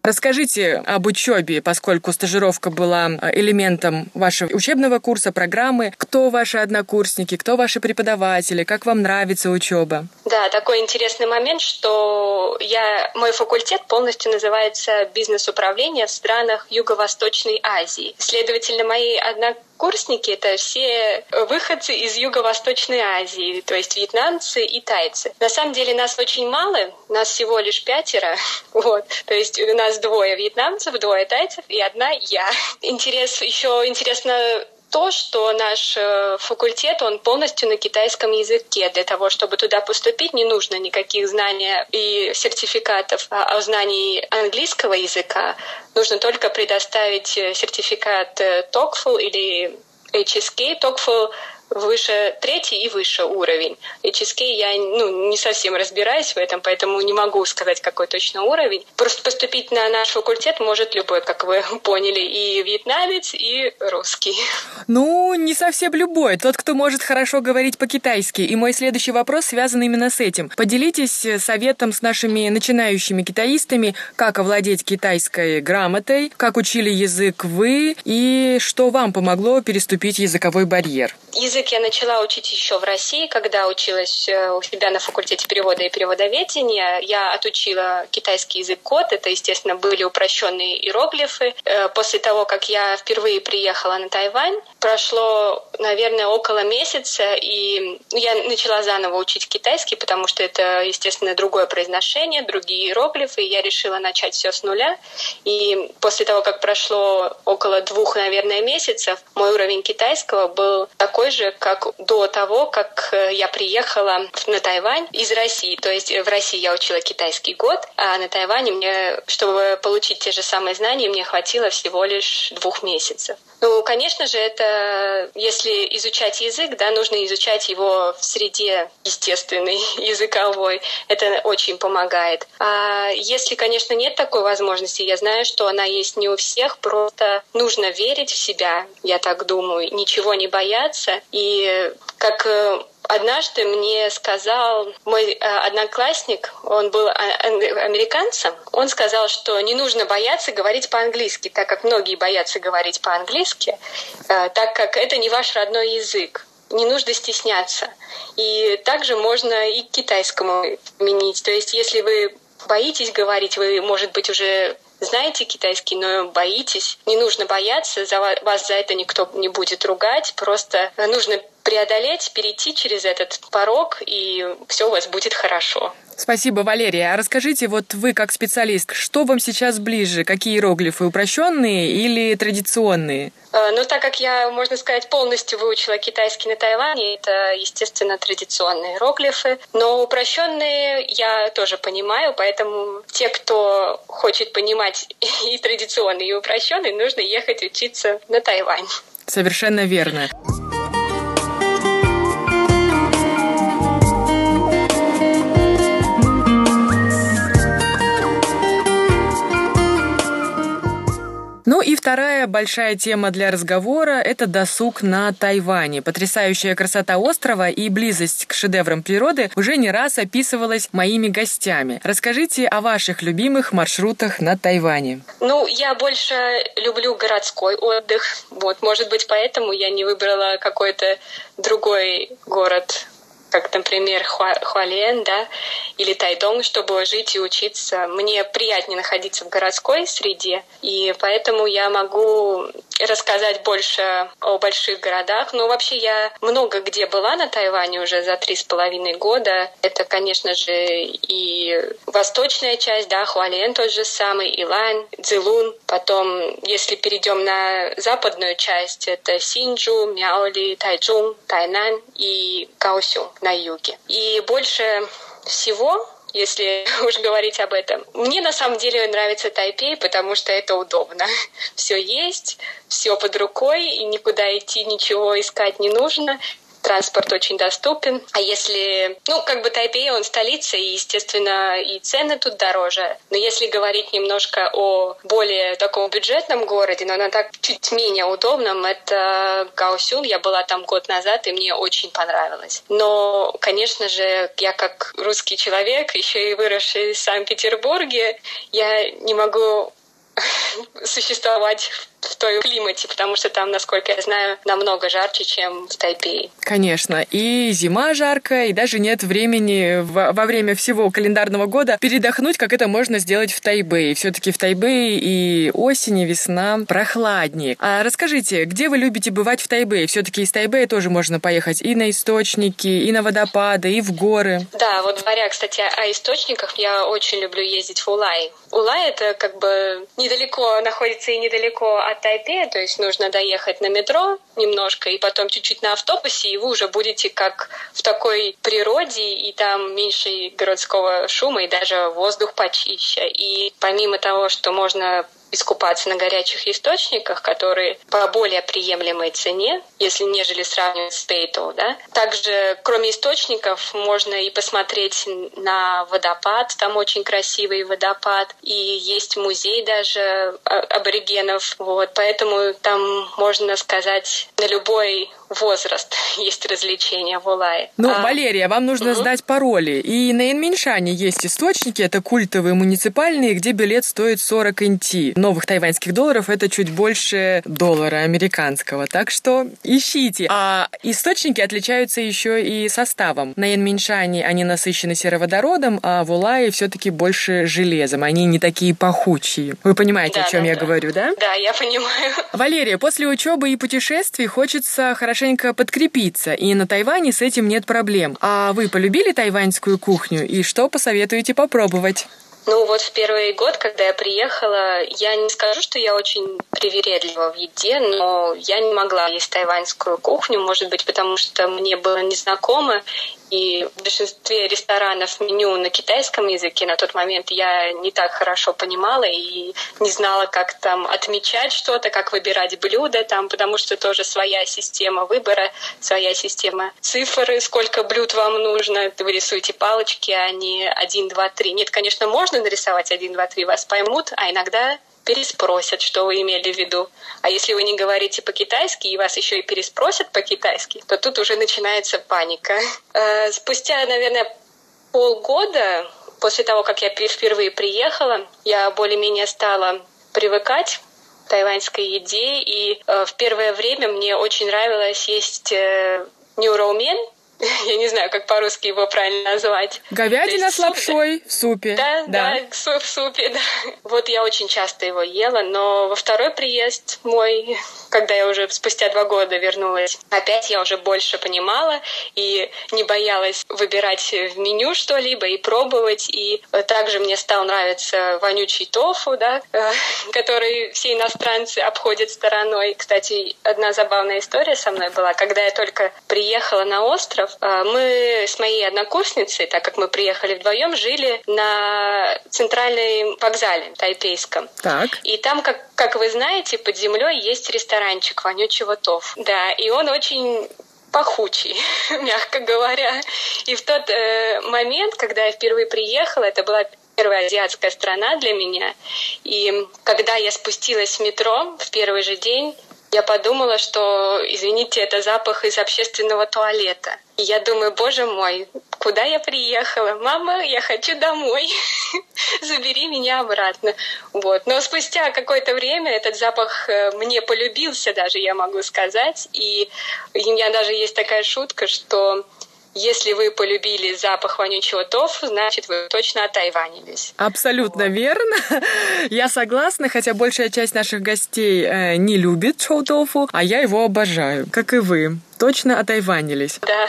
Расскажите об учебе, поскольку стажировка была элементом вашего учебного курса, программы. Кто ваши однокурсники, кто ваши преподаватели, как вам нравится учеба? Да, такой интересный момент, что я, мой факультет полностью называется «Бизнес-управление в странах Юго-Восточной Азии». Следовательно, мои однокурсники — это все выходцы из Юго-Восточной Азии, то есть вьетнамцы и тайцы. На самом деле нас очень мало, нас всего лишь пятеро, вот, то есть у нас двое вьетнамцев, двое тайцев и одна я. Интерес, еще интересно то, что наш факультет, он полностью на китайском языке. Для того, чтобы туда поступить, не нужно никаких знаний и сертификатов о знании английского языка. Нужно только предоставить сертификат TOEFL или эйч эс кей. TOEFL выше третий и выше уровень. эйч эс кей я ну, не совсем разбираюсь в этом, поэтому не могу сказать, какой точно уровень. Просто поступить на наш факультет может любой, как вы поняли, и вьетнамец, и русский. Ну, не совсем любой. Тот, кто может хорошо говорить по-китайски. И мой следующий вопрос связан именно с этим. Поделитесь советом с нашими начинающими китаистами, как овладеть китайской грамотой, как учили язык вы, и что вам помогло переступить языковой барьер. Язык я начала учить еще в России, когда училась у себя на факультете перевода и переводоведения. Я отучила китайский язык код. Это, естественно, были упрощенные иероглифы. После того, как я впервые приехала на Тайвань, прошло, наверное, около месяца, и я начала заново учить китайский, потому что это, естественно, другое произношение, другие иероглифы, и я решила начать все с нуля. И после того, как прошло около двух, наверное, месяцев, мой уровень китайского был такой же, как до того, как я приехала на Тайвань из России. То есть в России я учила китайский год, а на Тайване мне, чтобы получить те же самые знания, мне хватило всего лишь двух месяцев. Ну, конечно же, это, если изучать язык, да, нужно изучать его в среде естественной, языковой. Это очень помогает. А если, конечно, нет такой возможности, я знаю, что она есть не у всех, просто нужно верить в себя, я так думаю, ничего не бояться. И как однажды мне сказал мой одноклассник, он был американцем, он сказал, что не нужно бояться говорить по-английски, так как многие боятся говорить по-английски, так как это не ваш родной язык. Не нужно стесняться. И также можно и к китайскому применить. То есть если вы боитесь говорить, вы, может быть, уже знаете китайский, но боитесь, не нужно бояться, за вас за это никто не будет ругать, просто нужно преодолеть, перейти через этот порог, и все у вас будет хорошо. Спасибо, Валерия. А расскажите, вот вы как специалист, что вам сейчас ближе? Какие иероглифы, упрощенные или традиционные? Ну, так как я, можно сказать, полностью выучила китайский на Тайване, это, естественно, традиционные иероглифы. Но упрощенные я тоже понимаю, поэтому те, кто хочет понимать и традиционные, и упрощенные, нужно ехать учиться на Тайвань. Совершенно верно. Ну и вторая большая тема для разговора – это досуг на Тайване. Потрясающая красота острова и близость к шедеврам природы уже не раз описывалась моими гостями. Расскажите о ваших любимых маршрутах на Тайване. Ну, я больше люблю городской отдых. Вот, может быть, поэтому я не выбрала какой-то другой город, как, например, Хуа, Хуалиэн, да, или Тайдong, чтобы жить и учиться. Мне приятнее находиться в городской среде, и поэтому я могу рассказать больше о больших городах. Но вообще я много где была на Тайване уже за три с половиной года. Это, конечно же, и восточная часть, да, Хуалиэн тот же самый, Илань, Цзилун. Потом, если перейдем на западную часть, это Синджу, Мяоли, Тайчжун, Тайнань и Гаосюн на юге. И больше всего, если уж говорить об этом, мне на самом деле нравится Тайпей, потому что это удобно. Все есть, все под рукой, и никуда идти, ничего искать не нужно. транспорт очень доступен. А если, ну, как бы Тайпей, он столица, и, естественно, и цены тут дороже. Но если говорить немножко о более таком бюджетном городе, но на так чуть менее удобном, это Гаосюн. Я была там год назад, и мне очень понравилось. Но, конечно же, я как русский человек, еще и выросший в Санкт-Петербурге, я не могу существовать в той климате, потому что там, насколько я знаю, намного жарче, чем в Тайпее. Конечно, и зима жаркая, и даже нет времени во, во время всего календарного года передохнуть, как это можно сделать в Тайбэе. Все-таки в Тайбэе и осень, и весна прохладнее. А расскажите, где вы любите бывать в Тайбэе? Все-таки из Тайбэя тоже можно поехать и на источники, и на водопады, и в горы. Да, вот говоря, кстати, о источниках, я очень люблю ездить в Улай. Улай — это как бы недалеко находится и недалеко от Тайпея, то есть нужно доехать на метро немножко и потом чуть-чуть на автобусе, и вы уже будете как в такой природе, и там меньше городского шума, и даже воздух почище. И помимо того, что можно искупаться на горячих источниках, которые по более приемлемой цене, если нежели сравнивать с Пейтоу, да. Также, кроме источников, можно и посмотреть на водопад, там очень красивый водопад, и есть музей даже аборигенов, вот, поэтому там, можно сказать, на любой возраст есть развлечения в Улае. Ну, а... Валерия, вам нужно угу. сдать пароли. И на Энминшане есть источники, это культовые муниципальные, где билет стоит сорок инти. Новых тайваньских долларов это чуть больше доллара американского. Так что ищите. А источники отличаются еще и составом. На Энминшане они насыщены сероводородом, а в Улае все-таки больше железом. Они не такие пахучие. Вы понимаете, да, о чем да, я да. говорю, да? Да, я понимаю. Валерия, после учебы и путешествий хочется хорошенько подкрепиться, и на Тайване с этим нет проблем. А вы полюбили тайваньскую кухню, и что посоветуете попробовать? Ну вот в первый год, когда я приехала, я не скажу, что я очень привередлива в еде, но я не могла есть тайваньскую кухню, может быть, потому что мне было незнакомо, и в большинстве ресторанов меню на китайском языке на тот момент я не так хорошо понимала и не знала, как там отмечать что-то, как выбирать блюда там, потому что тоже своя система выбора, своя система цифр, сколько блюд вам нужно. Вы рисуете палочки, а не один, два, три. Нет, конечно, можно нарисовать один, два, три, вас поймут, а иногда переспросят, что вы имели в виду. А если вы не говорите по-китайски, и вас еще и переспросят по-китайски, то тут уже начинается паника. Спустя, наверное, полгода после того, как я впервые приехала, я более-менее стала привыкать к тайваньской еде, и в первое время мне очень нравилось есть нюроумен. Я не знаю, как по-русски его правильно назвать. Говядина с лапшой в супе. Да, да, да, в супе, да. Вот я очень часто его ела, но во второй приезд мой, когда я уже спустя два года вернулась, опять я уже больше понимала и не боялась выбирать в меню что-либо и пробовать. И также мне стал нравиться вонючий тофу, да, который все иностранцы обходят стороной. Кстати, одна забавная история со мной была. Когда я только приехала на остров, мы с моей однокурсницей, так как мы приехали вдвоем, жили на центральном вокзале тайпейском. Так. И там, как, как вы знаете, под землей есть ресторанчик вонючего тофу. Да, и он очень пахучий, мягко говоря. И в тот э, момент, когда я впервые приехала, это была первая азиатская страна для меня. И когда я спустилась в метро в первый же день, я подумала, что, извините, это запах из общественного туалета. И я думаю, боже мой, куда я приехала? Мама, я хочу домой. Забери меня обратно. Вот. Но спустя какое-то время этот запах мне полюбился даже, я могу сказать. И у меня даже есть такая шутка, что если вы полюбили запах вонючего тофу, значит, вы точно отайванились. Абсолютно вот. Верно. Я согласна, хотя большая часть наших гостей э, не любит шоу-тофу, а я его обожаю, как и вы. Точно отайванились. Да.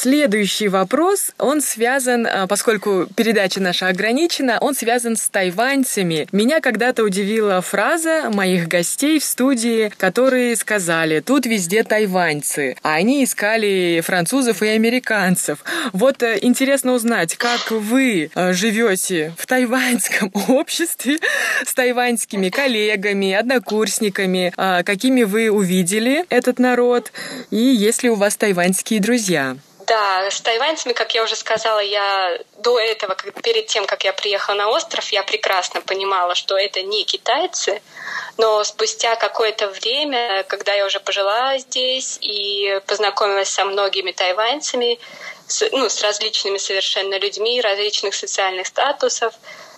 Следующий вопрос, он связан, поскольку передача наша ограничена, он связан с тайваньцами. Меня когда-то удивила фраза моих гостей в студии, которые сказали: тут везде тайваньцы, а они искали французов и американцев. Вот интересно узнать, как вы живете в тайваньском обществе с тайваньскими коллегами, однокурсниками, какими вы увидели этот народ, и есть ли у вас тайваньские друзья? Да, с тайваньцами, как я уже сказала, я до этого, перед тем, как я приехала на остров, я прекрасно понимала, что это не китайцы, но спустя какое-то время, когда я уже пожила здесь и познакомилась со многими тайваньцами, с, ну, с различными совершенно людьми, различных социальных статусов,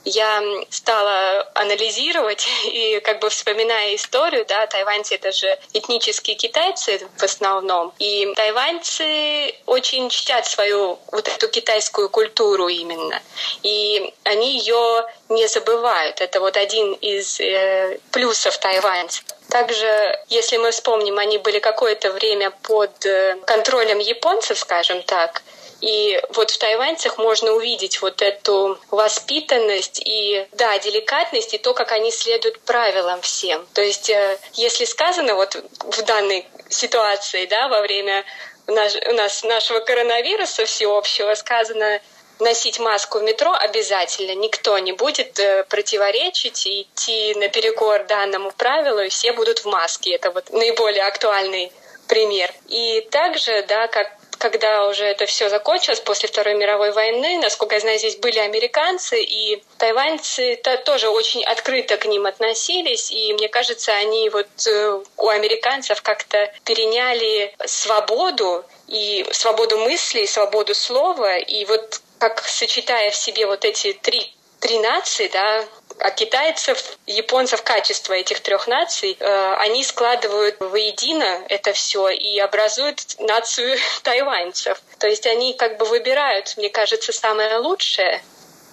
я стала анализировать и как бы вспоминая историю, да, тайваньцы — это же этнические китайцы в основном, и тайваньцы очень чтят свою вот эту китайскую культуру именно, и они ее не забывают. Это вот один из э, плюсов тайваньцев. Также, если мы вспомним, они были какое-то время под э, контролем японцев, скажем так. И вот в тайваньцах можно увидеть вот эту воспитанность и, да, деликатность, и то, как они следуют правилам всем. То есть, если сказано вот в данной ситуации, да, во время наш, у нас нашего коронавируса всеобщего, сказано носить маску в метро обязательно, никто не будет противоречить и идти наперекор данному правилу, и все будут в маске. Это вот наиболее актуальный пример. И также, да, как когда уже это все закончилось после Второй мировой войны, насколько я знаю, здесь были американцы, и тайваньцы -то тоже очень открыто к ним относились, и мне кажется, они вот у американцев как-то переняли свободу, и свободу мысли, и свободу слова, и вот как сочетая в себе вот эти три, три нации, да, а китайцев, японцев, качество этих трех наций, э, они складывают воедино это все и образуют нацию тайваньцев. То есть они как бы выбирают, мне кажется, самое лучшее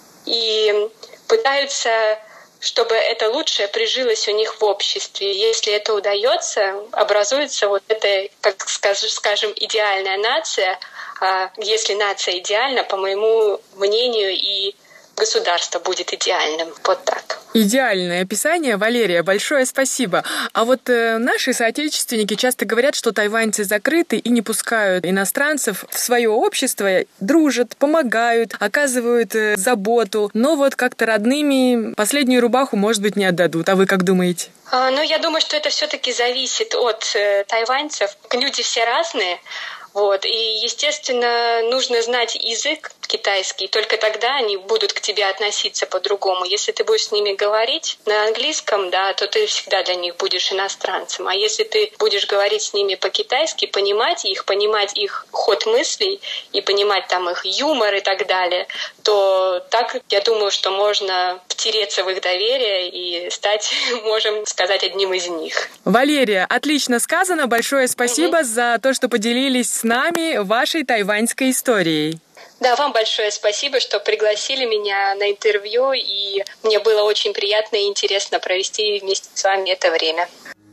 и пытаются, чтобы это лучшее прижилось у них в обществе. Если это удается, образуется вот эта, как скажем, идеальная нация. А если нация идеальна, по моему мнению, и государство будет идеальным. Вот так. Идеальное описание, Валерия, большое спасибо. А вот э, наши соотечественники часто говорят, что тайваньцы закрыты и не пускают иностранцев в свое общество, дружат, помогают, оказывают э, заботу, но вот как-то родными последнюю рубаху, может быть, не отдадут. А вы как думаете? А, ну, я думаю, что это все-таки зависит от э, тайваньцев. Люди все разные. Вот. И, естественно, нужно знать язык китайский, только тогда они будут к тебе относиться по-другому. Если ты будешь с ними говорить на английском, да, то ты всегда для них будешь иностранцем. А если ты будешь говорить с ними по-китайски, понимать их, понимать их ход мыслей и понимать там их юмор и так далее, то так, я думаю, что можно втереться в их доверие и стать, можем сказать, одним из них. Валерия, отлично сказано. Большое спасибо угу. за то, что поделились с нами вашей тайваньской историей. Да, вам большое спасибо, что пригласили меня на интервью, и мне было очень приятно и интересно провести вместе с вами это время.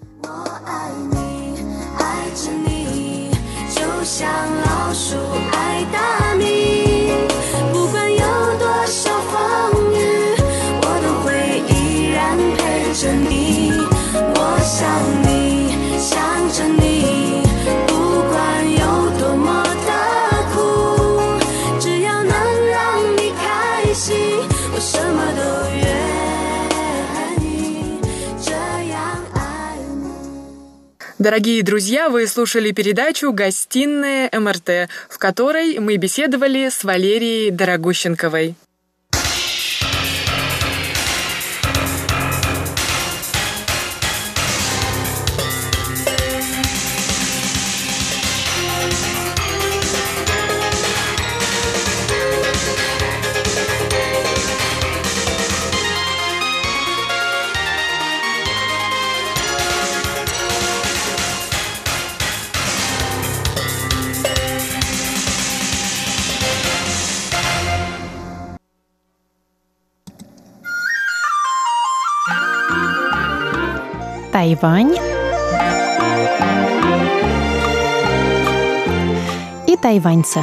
Дорогие друзья, вы слушали передачу «Гостиная эм эр тэ», в которой мы беседовали с Валерией Дорогущенковой. Тайвань. И тайваньцы.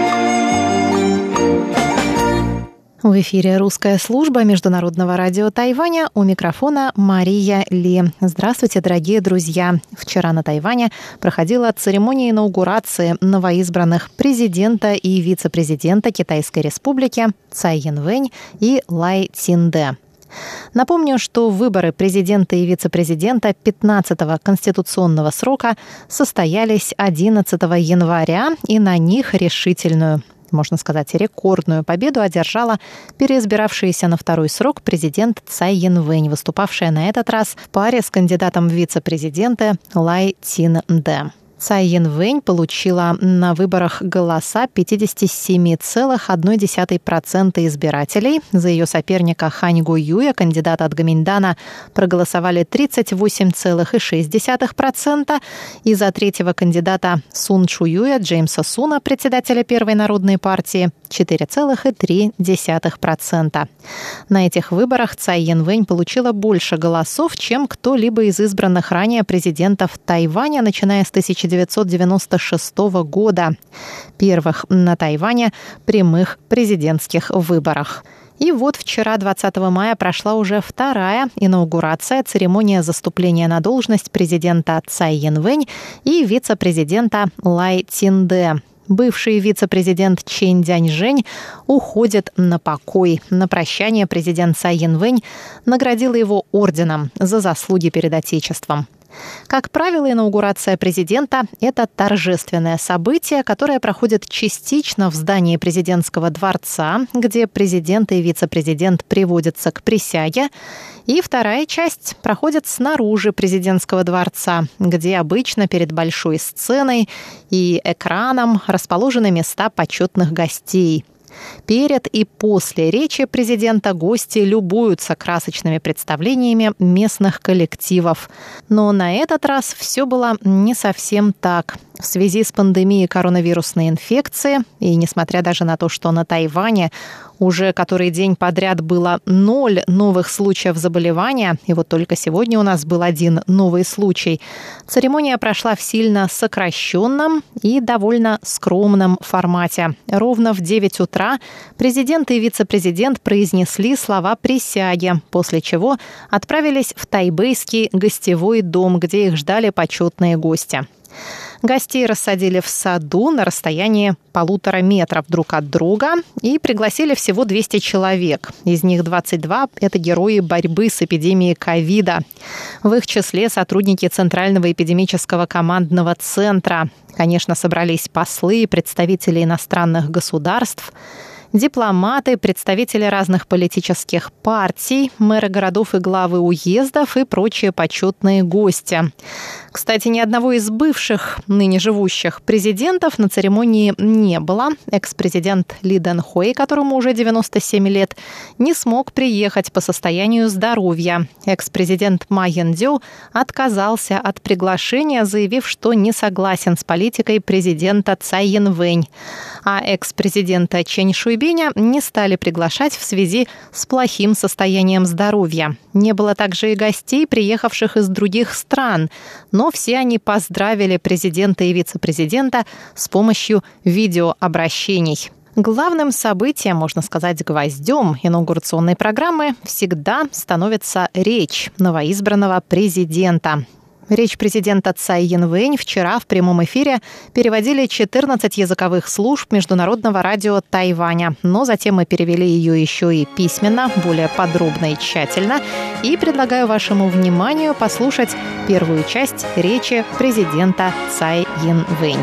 В эфире русская служба Международного радио Тайваня. У микрофона Мария Ли. Здравствуйте, дорогие друзья. Вчера на Тайване проходила церемония инаугурации новоизбранных президента и вице-президента Китайской Республики Цай Янвэнь и Лай Цзиньде. Напомню, что выборы президента и вице-президента пятнадцатого конституционного срока состоялись одиннадцатого января, и на них решительную, можно сказать, рекордную победу одержала переизбиравшаяся на второй срок президент Цай Янвэнь, выступавшая на этот раз в паре с кандидатом в вице-президенты Лай Цзиньде. Цай Янвэнь получила на выборах голоса пятьдесят семь целых одна десятая процента избирателей. За ее соперника Хань Гуюя, кандидата от Гоминьдана, проголосовали тридцать восемь целых шесть десятых процента. И за третьего кандидата Сун Чуюя, Джеймса Суна, председателя Первой народной партии, четыре целых три десятых процента. На этих выборах Цай Янвэнь получила больше голосов, чем кто-либо из избранных ранее президентов Тайваня, начиная с тысяча девятьсот девяносто шестого года, первых на Тайване прямых президентских выборах. И вот вчера, двадцатого мая, прошла уже вторая инаугурация, церемония заступления на должность президента Цай Янвэнь и вице-президента Лай Цзиньде. Бывший вице-президент Чэнь Дяньжэнь уходит на покой. На прощание президент Цай Янвэнь наградила его орденом за заслуги перед Отечеством. Как правило, инаугурация президента – это торжественное событие, которое проходит частично в здании президентского дворца, где президент и вице-президент приводятся к присяге, и вторая часть проходит снаружи президентского дворца, где обычно перед большой сценой и экраном расположены места почетных гостей. Перед и после речи президента гости любуются красочными представлениями местных коллективов. Но на этот раз все было не совсем так. В связи с пандемией коронавирусной инфекции, и несмотря даже на то, что на Тайване уже который день подряд было ноль новых случаев заболевания, и вот только сегодня у нас был один новый случай, церемония прошла в сильно сокращенном и довольно скромном формате. Ровно в девять утра президент и вице-президент произнесли слова присяги, после чего отправились в тайбэйский гостевой дом, где их ждали почетные гости. Гостей рассадили в саду на расстоянии полутора метров друг от друга и пригласили всего двести человек. Из них двадцать два – это герои борьбы с эпидемией ковида. В их числе сотрудники Центрального эпидемического командного центра. Конечно, собрались послы и представители иностранных государств, дипломаты, представители разных политических партий, мэры городов и главы уездов и прочие почетные гости. Кстати, ни одного из бывших, ныне живущих президентов на церемонии не было. Экс-президент Ли Дэнхуэй, которому уже девяносто семь лет, не смог приехать по состоянию здоровья. Экс-президент Ма Ян-дю отказался от приглашения, заявив, что не согласен с политикой президента Цай Янвэнь. А экс-президента Чэнь Шуйбиня не стали приглашать в связи с плохим состоянием здоровья. Не было также и гостей, приехавших из других стран, но все они поздравили президента и вице-президента с помощью видеообращений. Главным событием, можно сказать, гвоздем инаугурационной программы всегда становится речь новоизбранного президента. Речь президента Цай Янвэнь вчера в прямом эфире переводили четырнадцать языковых служб Международного радио Тайваня. Но затем мы перевели ее еще и письменно, более подробно и тщательно. И предлагаю вашему вниманию послушать первую часть речи президента Цай Янвэнь.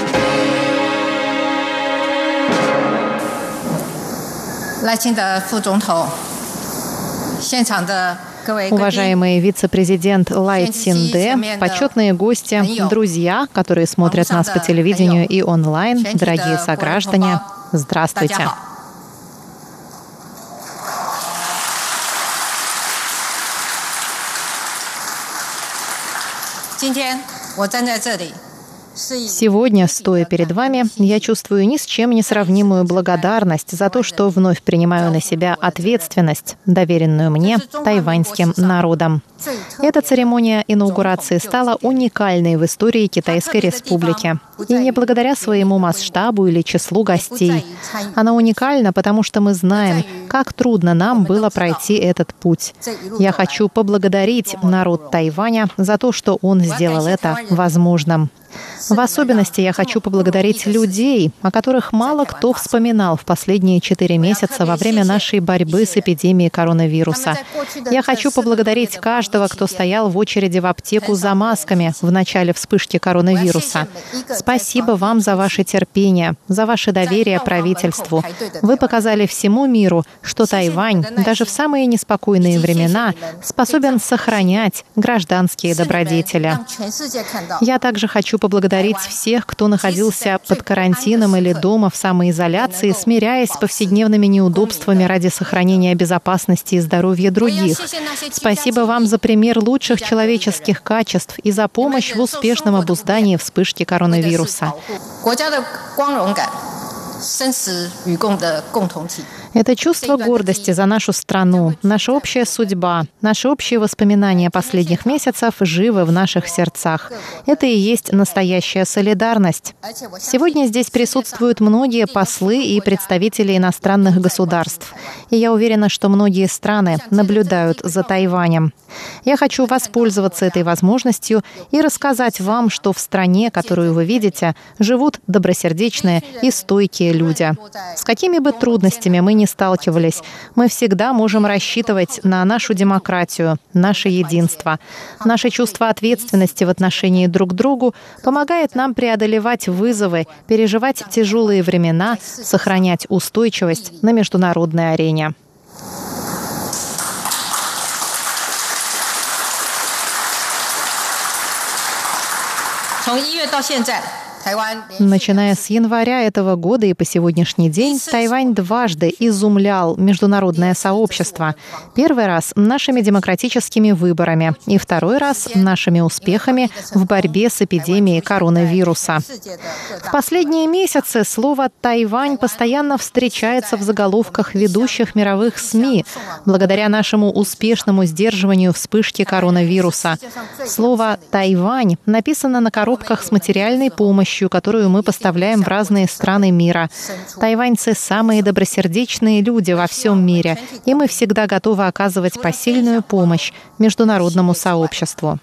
Лай Цзиньде副总统，现场的 Уважаемый вице-президент Лай Цзиньде, почетные гости, друзья, которые смотрят нас по телевидению и онлайн, дорогие сограждане, здравствуйте. Сегодня, стоя перед вами, я чувствую ни с чем не сравнимую благодарность за то, что вновь принимаю на себя ответственность, доверенную мне тайваньским народом. Эта церемония инаугурации стала уникальной в истории Китайской Республики. И не благодаря своему масштабу или числу гостей. Она уникальна, потому что мы знаем, как трудно нам было пройти этот путь. Я хочу поблагодарить народ Тайваня за то, что он сделал это возможным. В особенности я хочу поблагодарить людей, о которых мало кто вспоминал в последние четыре месяца во время нашей борьбы с эпидемией коронавируса. Я хочу поблагодарить каждого, кто стоял в очереди в аптеку за масками в начале вспышки коронавируса. Спасибо вам за ваше терпение, за ваше доверие правительству. Вы показали всему миру, что Тайвань, даже в самые неспокойные времена, способен сохранять гражданские добродетели. Я также хочу поблагодарить всех, кто находился под карантином или дома в самоизоляции, смиряясь с повседневными неудобствами ради сохранения безопасности и здоровья других. Спасибо вам за пример лучших человеческих качеств и за помощь в успешном обуздании вспышки коронавируса. Это чувство гордости за нашу страну, наша общая судьба, наши общие воспоминания последних месяцев живы в наших сердцах. Это и есть настоящая солидарность. Сегодня здесь присутствуют многие послы и представители иностранных государств. И я уверена, что многие страны наблюдают за Тайванем. Я хочу воспользоваться этой возможностью и рассказать вам, что в стране, которую вы видите, живут добросердечные и стойкие люди. С какими бы трудностями мы ни сталкивались, мы всегда можем рассчитывать на нашу демократию, наше единство. Наше чувство ответственности в отношении друг к другу помогает нам преодолевать вызовы, переживать тяжелые времена, сохранять устойчивость на международной арене. Начиная с января этого года и по сегодняшний день, Тайвань дважды изумлял международное сообщество. Первый раз нашими демократическими выборами и второй раз нашими успехами в борьбе с эпидемией коронавируса. В последние месяцы слово «Тайвань» постоянно встречается в заголовках ведущих мировых СМИ, благодаря нашему успешному сдерживанию вспышки коронавируса. Слово «Тайвань» написано на коробках с материальной помощью, которую мы поставляем в разные страны мира. Тайваньцы – самые добросердечные люди во всем мире, и мы всегда готовы оказывать посильную помощь международному сообществу.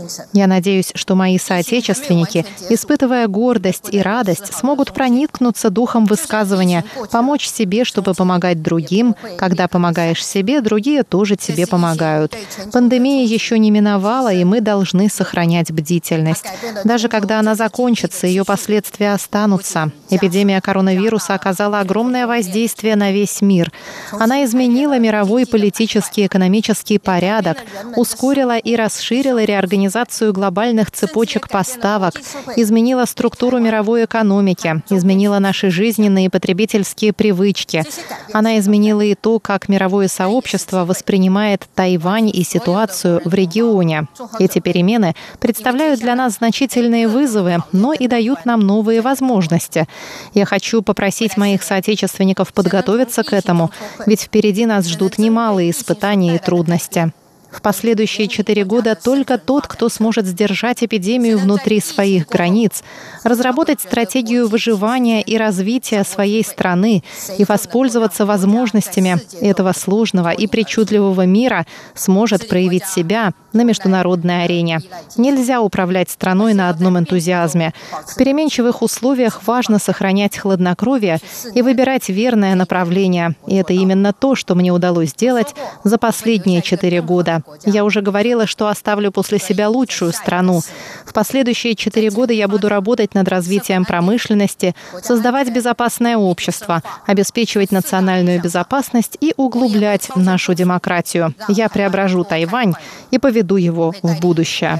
Я надеюсь, что мои соотечественники, испытывая гордость и радость, смогут проникнуться духом высказывания, помочь себе, чтобы помогать другим. Когда помогаешь себе, другие тоже тебе помогают. Пандемия еще не миновала, и мы должны сохранять бдительность. Даже когда она закончится, ее последствия останутся. Эпидемия коронавируса оказала огромное воздействие на весь мир. Она изменила мировой политический и экономический порядок, ускорила и расширила реорганизацию организацию глобальных цепочек поставок, изменила структуру мировой экономики, изменила наши жизненные и потребительские привычки. Она изменила и то, как мировое сообщество воспринимает Тайвань и ситуацию в регионе. Эти перемены представляют для нас значительные вызовы, но и дают нам новые возможности. Я хочу попросить моих соотечественников подготовиться к этому, ведь впереди нас ждут немалые испытания и трудности. В последующие четыре года только тот, кто сможет сдержать эпидемию внутри своих границ, разработать стратегию выживания и развития своей страны и воспользоваться возможностями этого сложного и причудливого мира, сможет проявить себя на международной арене. Нельзя управлять страной на одном энтузиазме. В переменчивых условиях важно сохранять хладнокровие и выбирать верное направление. И это именно то, что мне удалось сделать за последние четыре года. Я уже говорила, что оставлю после себя лучшую страну. В последующие четыре года я буду работать над развитием промышленности, создавать безопасное общество, обеспечивать национальную безопасность и углублять нашу демократию. Я преображу Тайвань и поведу его в будущее.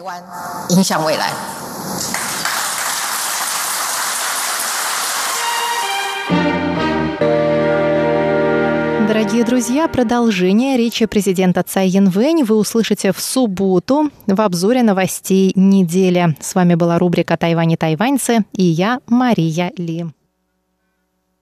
Дорогие друзья, продолжение речи президента Цай Янвэнь вы услышите в субботу в обзоре новостей недели. С вами была рубрика «Тайвань и тайваньцы» и я, Мария Ли.